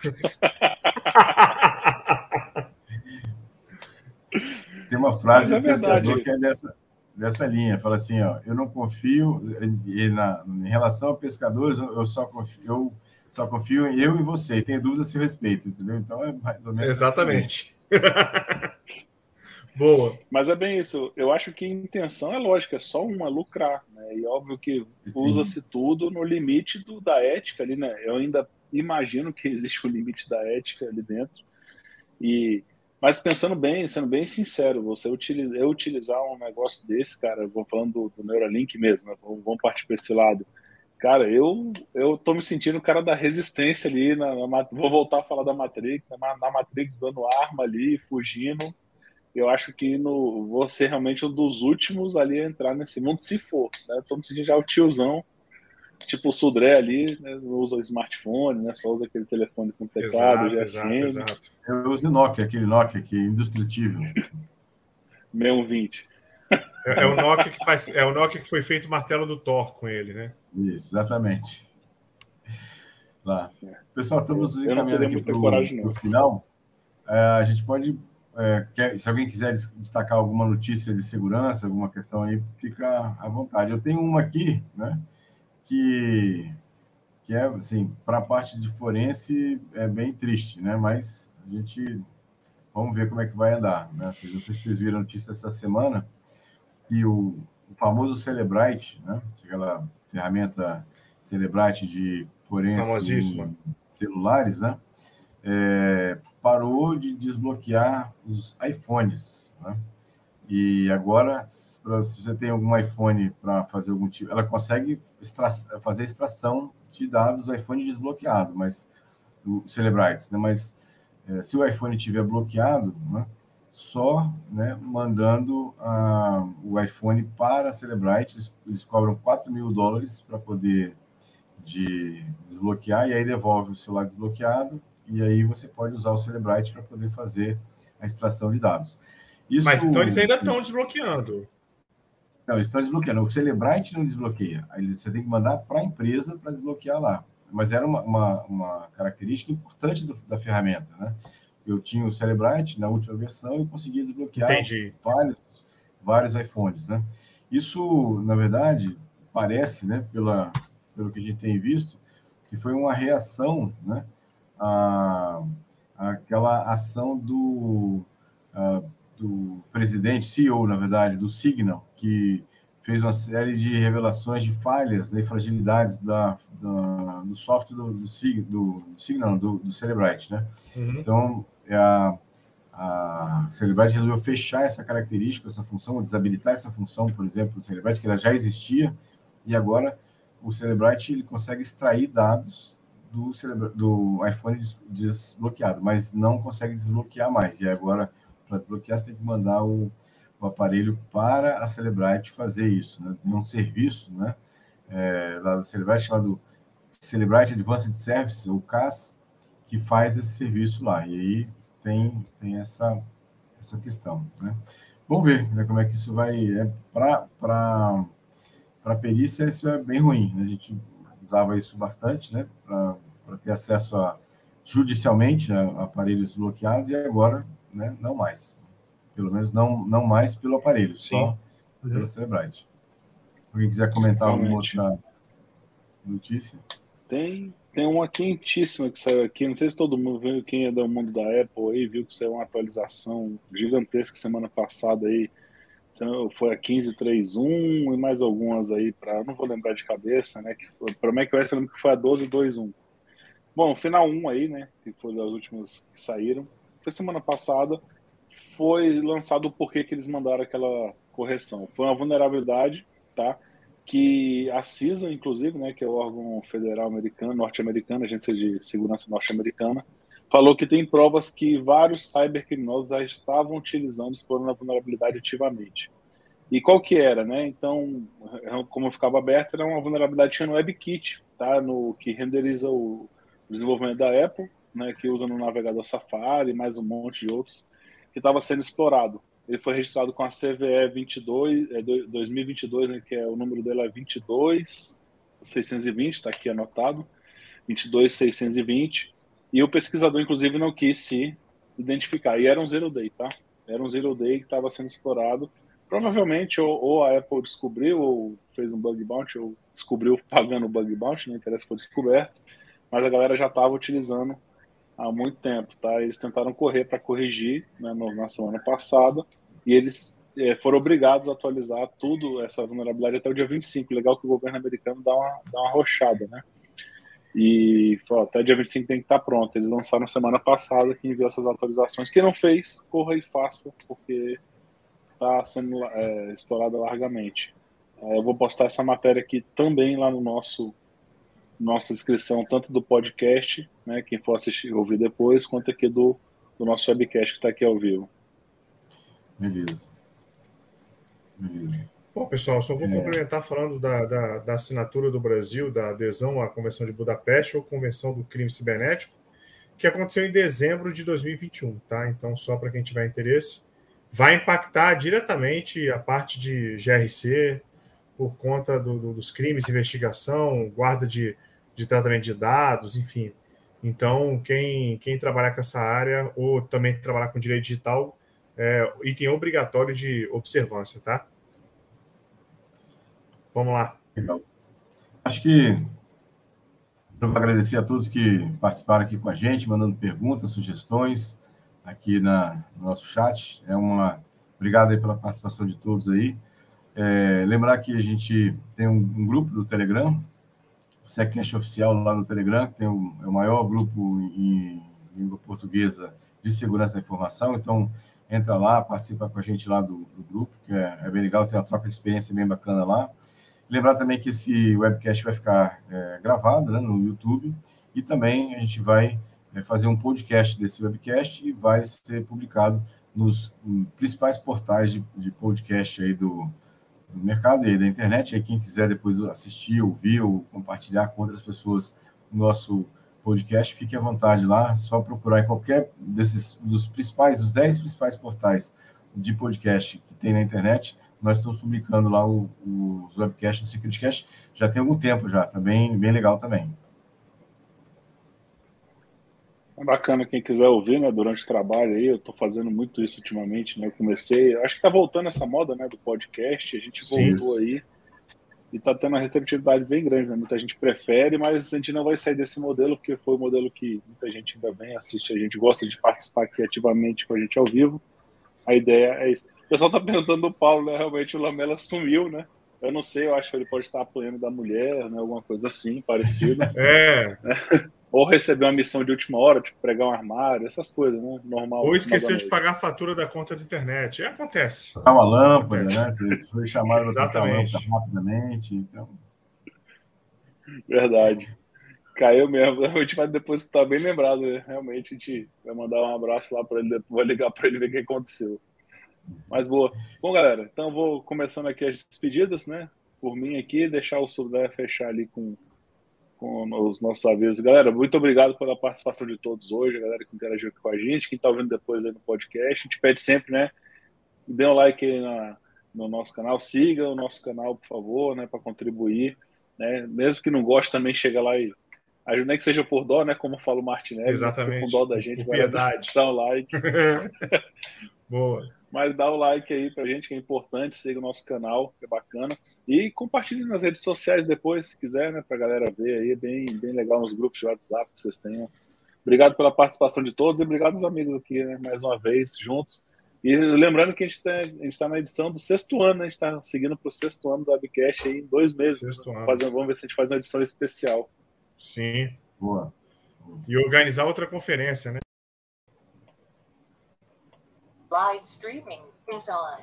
Tem uma frase do pescador que é dessa linha. Fala assim, ó, eu não confio em relação a pescadores, eu só confio em eu e você. E tenho dúvida a seu respeito, entendeu? Então é mais ou menos exatamente. Assim. Boa. Mas é bem isso. Eu acho que a intenção é lógica, é só uma lucrar, né? E óbvio que usa-se tudo no limite da ética ali, né? Eu ainda imagino que existe um limite da ética ali dentro. Mas sendo bem sincero, você utilizar um negócio desse, cara, vou falando do Neuralink mesmo, né? Vamos partir para esse lado. Cara, eu tô me sentindo o cara da resistência ali, vou voltar a falar da Matrix, né? Na Matrix dando arma ali, fugindo. Eu acho que vou ser realmente um dos últimos ali a entrar nesse mundo, se for, né? Tô me sentindo já o tiozão, tipo o Sudré ali, né? Não usa smartphone, né? Só usa aquele telefone com teclado, GSM. Exato. Eu uso aquele Nokia que é indestrutível. 6120. É o Nokia que foi feito o martelo do Thor com ele, né? Isso, exatamente. Lá. Pessoal, estamos encaminhando aqui para o final. A gente pode... se alguém quiser destacar alguma notícia de segurança, alguma questão aí, fica à vontade. Eu tenho uma aqui, né, que é, assim, para a parte de forense é bem triste, né, mas a gente... Vamos ver como é que vai andar, né? Não sei se vocês viram a notícia essa semana, que o famoso Cellebrite, né, aquela ferramenta Cellebrite de forense em celulares, né, parou de desbloquear os iPhones, né? E agora, se você tem algum iPhone para fazer algum tipo, ela consegue fazer extração de dados do iPhone desbloqueado, mas o Cellebrite, né? Mas se o iPhone estiver bloqueado, né, só, né, mandando o iPhone para a Cellebrite, eles cobram $4.000 para poder desbloquear, e aí devolve o celular desbloqueado, e aí você pode usar o Cellebrite para poder fazer a extração de dados. Mas então eles ainda estão desbloqueando. Não, eles estão desbloqueando. O Cellebrite não desbloqueia. Aí você tem que mandar para a empresa para desbloquear lá. Mas era uma característica importante da ferramenta, né? Eu tinha o Cellebrite na última versão e conseguia desbloquear vários iPhones, né? Isso, na verdade, parece, né, pelo que a gente tem visto, que foi uma reação, né, àquela ação do presidente, CEO, na verdade, do Signal, que fez uma série de revelações de falhas, né, fragilidades do software do Signal, do Cellebrite, né? Uhum. Então, a Cellebrite resolveu fechar essa característica, essa função, ou desabilitar essa função, por exemplo, do Cellebrite, que ela já existia, e agora o Cellebrite ele consegue extrair dados do iPhone desbloqueado, mas não consegue desbloquear mais. E agora, para desbloquear, você tem que mandar o o aparelho para a Cellebrite fazer isso, né? Tem um serviço, né, lá da Cellebrite chamado Cellebrite Advanced Services, ou CAS, que faz esse serviço lá. E aí tem essa questão, né? Vamos ver, né, como é que isso vai... Para perícia, isso é bem ruim, né? A gente usava isso bastante, né, para ter acesso judicialmente a aparelhos bloqueados, e agora, né, não mais. Pelo menos não mais pelo aparelho, só pela Cellebrite. Alguém quiser comentar alguma outra notícia? Tem uma quentíssima que saiu aqui. Não sei se todo mundo viu, quem é do mundo da Apple aí, viu que saiu uma atualização gigantesca semana passada aí. Foi a 15.3.1 e mais algumas aí, não vou lembrar de cabeça, né? Para macOS eu lembro que foi a 12.2.1. Bom, final 1 aí, né? Que foi das últimas que saíram. Foi semana passada. Foi lançado o porquê que eles mandaram aquela correção. Foi uma vulnerabilidade, tá? Que a CISA, inclusive, né, que é o órgão federal americano, norte-americano, agência de segurança norte-americana, falou que tem provas que vários cybercriminosos já estavam utilizando, explorando a vulnerabilidade ativamente. E qual que era, né? Então, como ficava aberto, era uma vulnerabilidade que tinha no WebKit, tá? Que renderiza o desenvolvimento da Apple, né, que usa no navegador Safari, mais um monte de outros, que estava sendo explorado. Ele foi registrado com a CVE 2022, né, que o número dele é 22620, está aqui anotado, 22620, e o pesquisador, inclusive, não quis se identificar. E era um zero day, tá? Era um zero day que estava sendo explorado. Provavelmente, ou a Apple descobriu, ou fez um bug bounty, ou descobriu pagando o bug bounty, não interessa se foi descoberto, mas a galera já estava utilizando há muito tempo, tá? Eles tentaram correr para corrigir, né, na semana passada, e eles foram obrigados a atualizar tudo, essa vulnerabilidade, até o dia 25. Legal que o governo americano dá uma arrochada, né? E até dia 25 tem que estar pronto. Eles lançaram semana passada que enviou essas atualizações. Quem não fez, corra e faça, porque está sendo explorada largamente. Eu vou postar essa matéria aqui também lá no nossa inscrição, tanto do podcast, né, quem for assistir ouvir depois, quanto aqui do nosso webcast que está aqui ao vivo. Beleza. Bom, pessoal, só vou complementar falando da assinatura do Brasil, da adesão à Convenção de Budapeste ou Convenção do Crime Cibernético, que aconteceu em dezembro de 2021, tá? Então, só para quem tiver interesse, vai impactar diretamente a parte de GRC, por conta dos crimes de investigação, guarda de tratamento de dados, enfim. Então, quem trabalhar com essa área ou também trabalhar com direito digital, item obrigatório de observância, tá? Vamos lá. Legal. Acho que eu vou agradecer a todos que participaram aqui com a gente, mandando perguntas, sugestões aqui no nosso chat. Obrigado aí pela participação de todos aí. Lembrar que a gente tem um grupo do Telegram, SecNet Oficial lá no Telegram, que tem o maior grupo em língua portuguesa de segurança da informação. Então, entra lá, participa com a gente lá do grupo, que é bem legal, tem uma troca de experiência bem bacana lá. Lembrar também que esse webcast vai ficar gravado, né, no YouTube, e também a gente vai fazer um podcast desse webcast e vai ser publicado nos principais portais de podcast aí do mercado e da internet. Aí quem quiser depois assistir, ouvir ou compartilhar com outras pessoas o nosso podcast, fique à vontade lá, só procurar em qualquer dos 10 principais portais de podcast que tem na internet. Nós estamos publicando lá os webcasts do SecurityCast, já tem algum tempo já, tá bem legal também. É bacana quem quiser ouvir, né, durante o trabalho aí, eu estou fazendo muito isso ultimamente, né, eu comecei, acho que está voltando essa moda, né, do podcast, a gente voltou aí, e está tendo uma receptividade bem grande, né, muita gente prefere, mas a gente não vai sair desse modelo, porque foi o modelo que muita gente ainda vem, assiste, a gente gosta de participar aqui ativamente com a gente ao vivo, a ideia é isso. O pessoal está perguntando do Paulo, né, realmente o Lamela sumiu, né, eu não sei, eu acho que ele pode estar apoiando da mulher, né, alguma coisa assim, parecida. Ou receber uma missão de última hora, tipo pregar um armário, essas coisas, né? Normal. Ou esqueceu de pagar a fatura da conta da internet. Acontece. Trocar uma lâmpada, né? Foi chamado para trocar a lâmpada rapidamente. Então... Verdade. Caiu mesmo. A gente vai depois que tá bem lembrado, né? Realmente a gente vai mandar um abraço lá para ele, vai ligar para ele ver o que aconteceu. Mas boa. Bom, galera, então vou começando aqui as despedidas, né? Por mim aqui, deixar o Sudé fechar ali com os nossos avisos. Galera, muito obrigado pela participação de todos hoje, a galera que interagiu aqui com a gente, quem está ouvindo depois aí no podcast. A gente pede sempre, né? Dê um like aí no nosso canal, siga o nosso canal, por favor, né? Para contribuir, né? Mesmo que não goste, também chega lá e ajuda, nem que seja por dó, né? Como fala o Martinelli, né? Porque com dó da gente, por vai piedade. dar um like. Boa. Mas dá o like aí pra gente, que é importante, siga o nosso canal, que é bacana. E compartilhe nas redes sociais depois, se quiser, né? Pra galera ver aí, é bem legal nos grupos de WhatsApp que vocês tenham. Obrigado pela participação de todos e obrigado aos amigos aqui, né? Mais uma vez, juntos. E lembrando que a gente está na edição do 6º ano, né? A gente está seguindo para o 6º ano do Webcast aí em 2 meses. Vamos ver se a gente faz uma edição especial. Sim. Boa. E organizar outra conferência, né? Live streaming is on.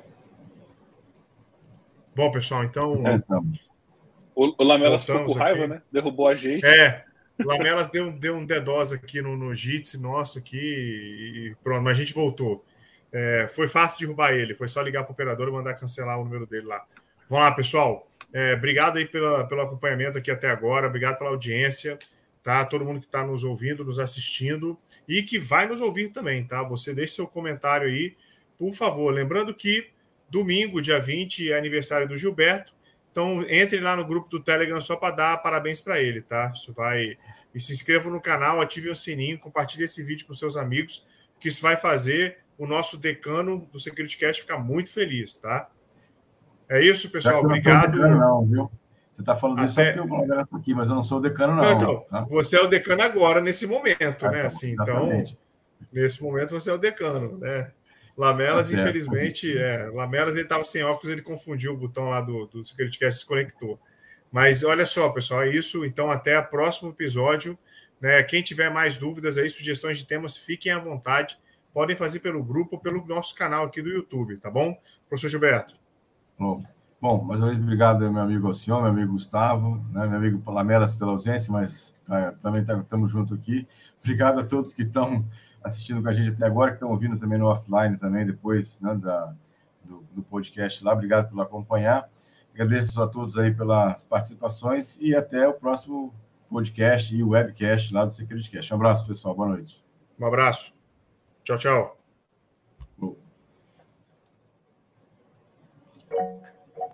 Bom, pessoal, então... O Lamelas ficou com raiva, né? Derrubou a gente. O Lamelas deu um DDoS aqui no JITS nosso aqui e pronto, mas a gente voltou. Foi fácil derrubar ele, foi só ligar para o operador e mandar cancelar o número dele lá. Vamos lá, pessoal. Obrigado aí pelo acompanhamento aqui até agora, obrigado pela audiência, tá? Todo mundo que está nos ouvindo, nos assistindo e que vai nos ouvir também, tá? Você deixe seu comentário aí, por favor. Lembrando que domingo, dia 20, é aniversário do Gilberto, então entre lá no grupo do Telegram só para dar parabéns para ele, tá? E se inscreva no canal, ative o sininho, compartilhe esse vídeo com seus amigos, que isso vai fazer o nosso decano do SecurityCast ficar muito feliz, tá? É isso, pessoal. Obrigado. Não, viu? Você está falando isso só porque eu vou olhar aqui, mas eu não sou o decano, não. Então, tá? Você é o decano agora, nesse momento, né? Assim, então, exatamente. nesse momento você é o decano, né? Lamelas, infelizmente, Lamelas, ele estava sem óculos, ele confundiu o botão lá do SecurityCast, desconectou. Mas olha só, pessoal, é isso. Então, até o próximo episódio. Né? Quem tiver mais dúvidas aí, sugestões de temas, fiquem à vontade. Podem fazer pelo grupo ou pelo nosso canal aqui do YouTube, tá bom? Professor Gilberto. Bom, mais uma vez, obrigado, meu amigo Alcione, meu amigo Gustavo, né, meu amigo Lamelas pela ausência, mas também estamos juntos aqui. Obrigado a todos que estão assistindo com a gente até agora, que estão ouvindo também no offline também, depois, né, do podcast lá. Obrigado por acompanhar. Agradeço a todos aí pelas participações e até o próximo podcast e webcast lá do SecurityCast. Um abraço, pessoal. Boa noite. Um abraço. Tchau, tchau.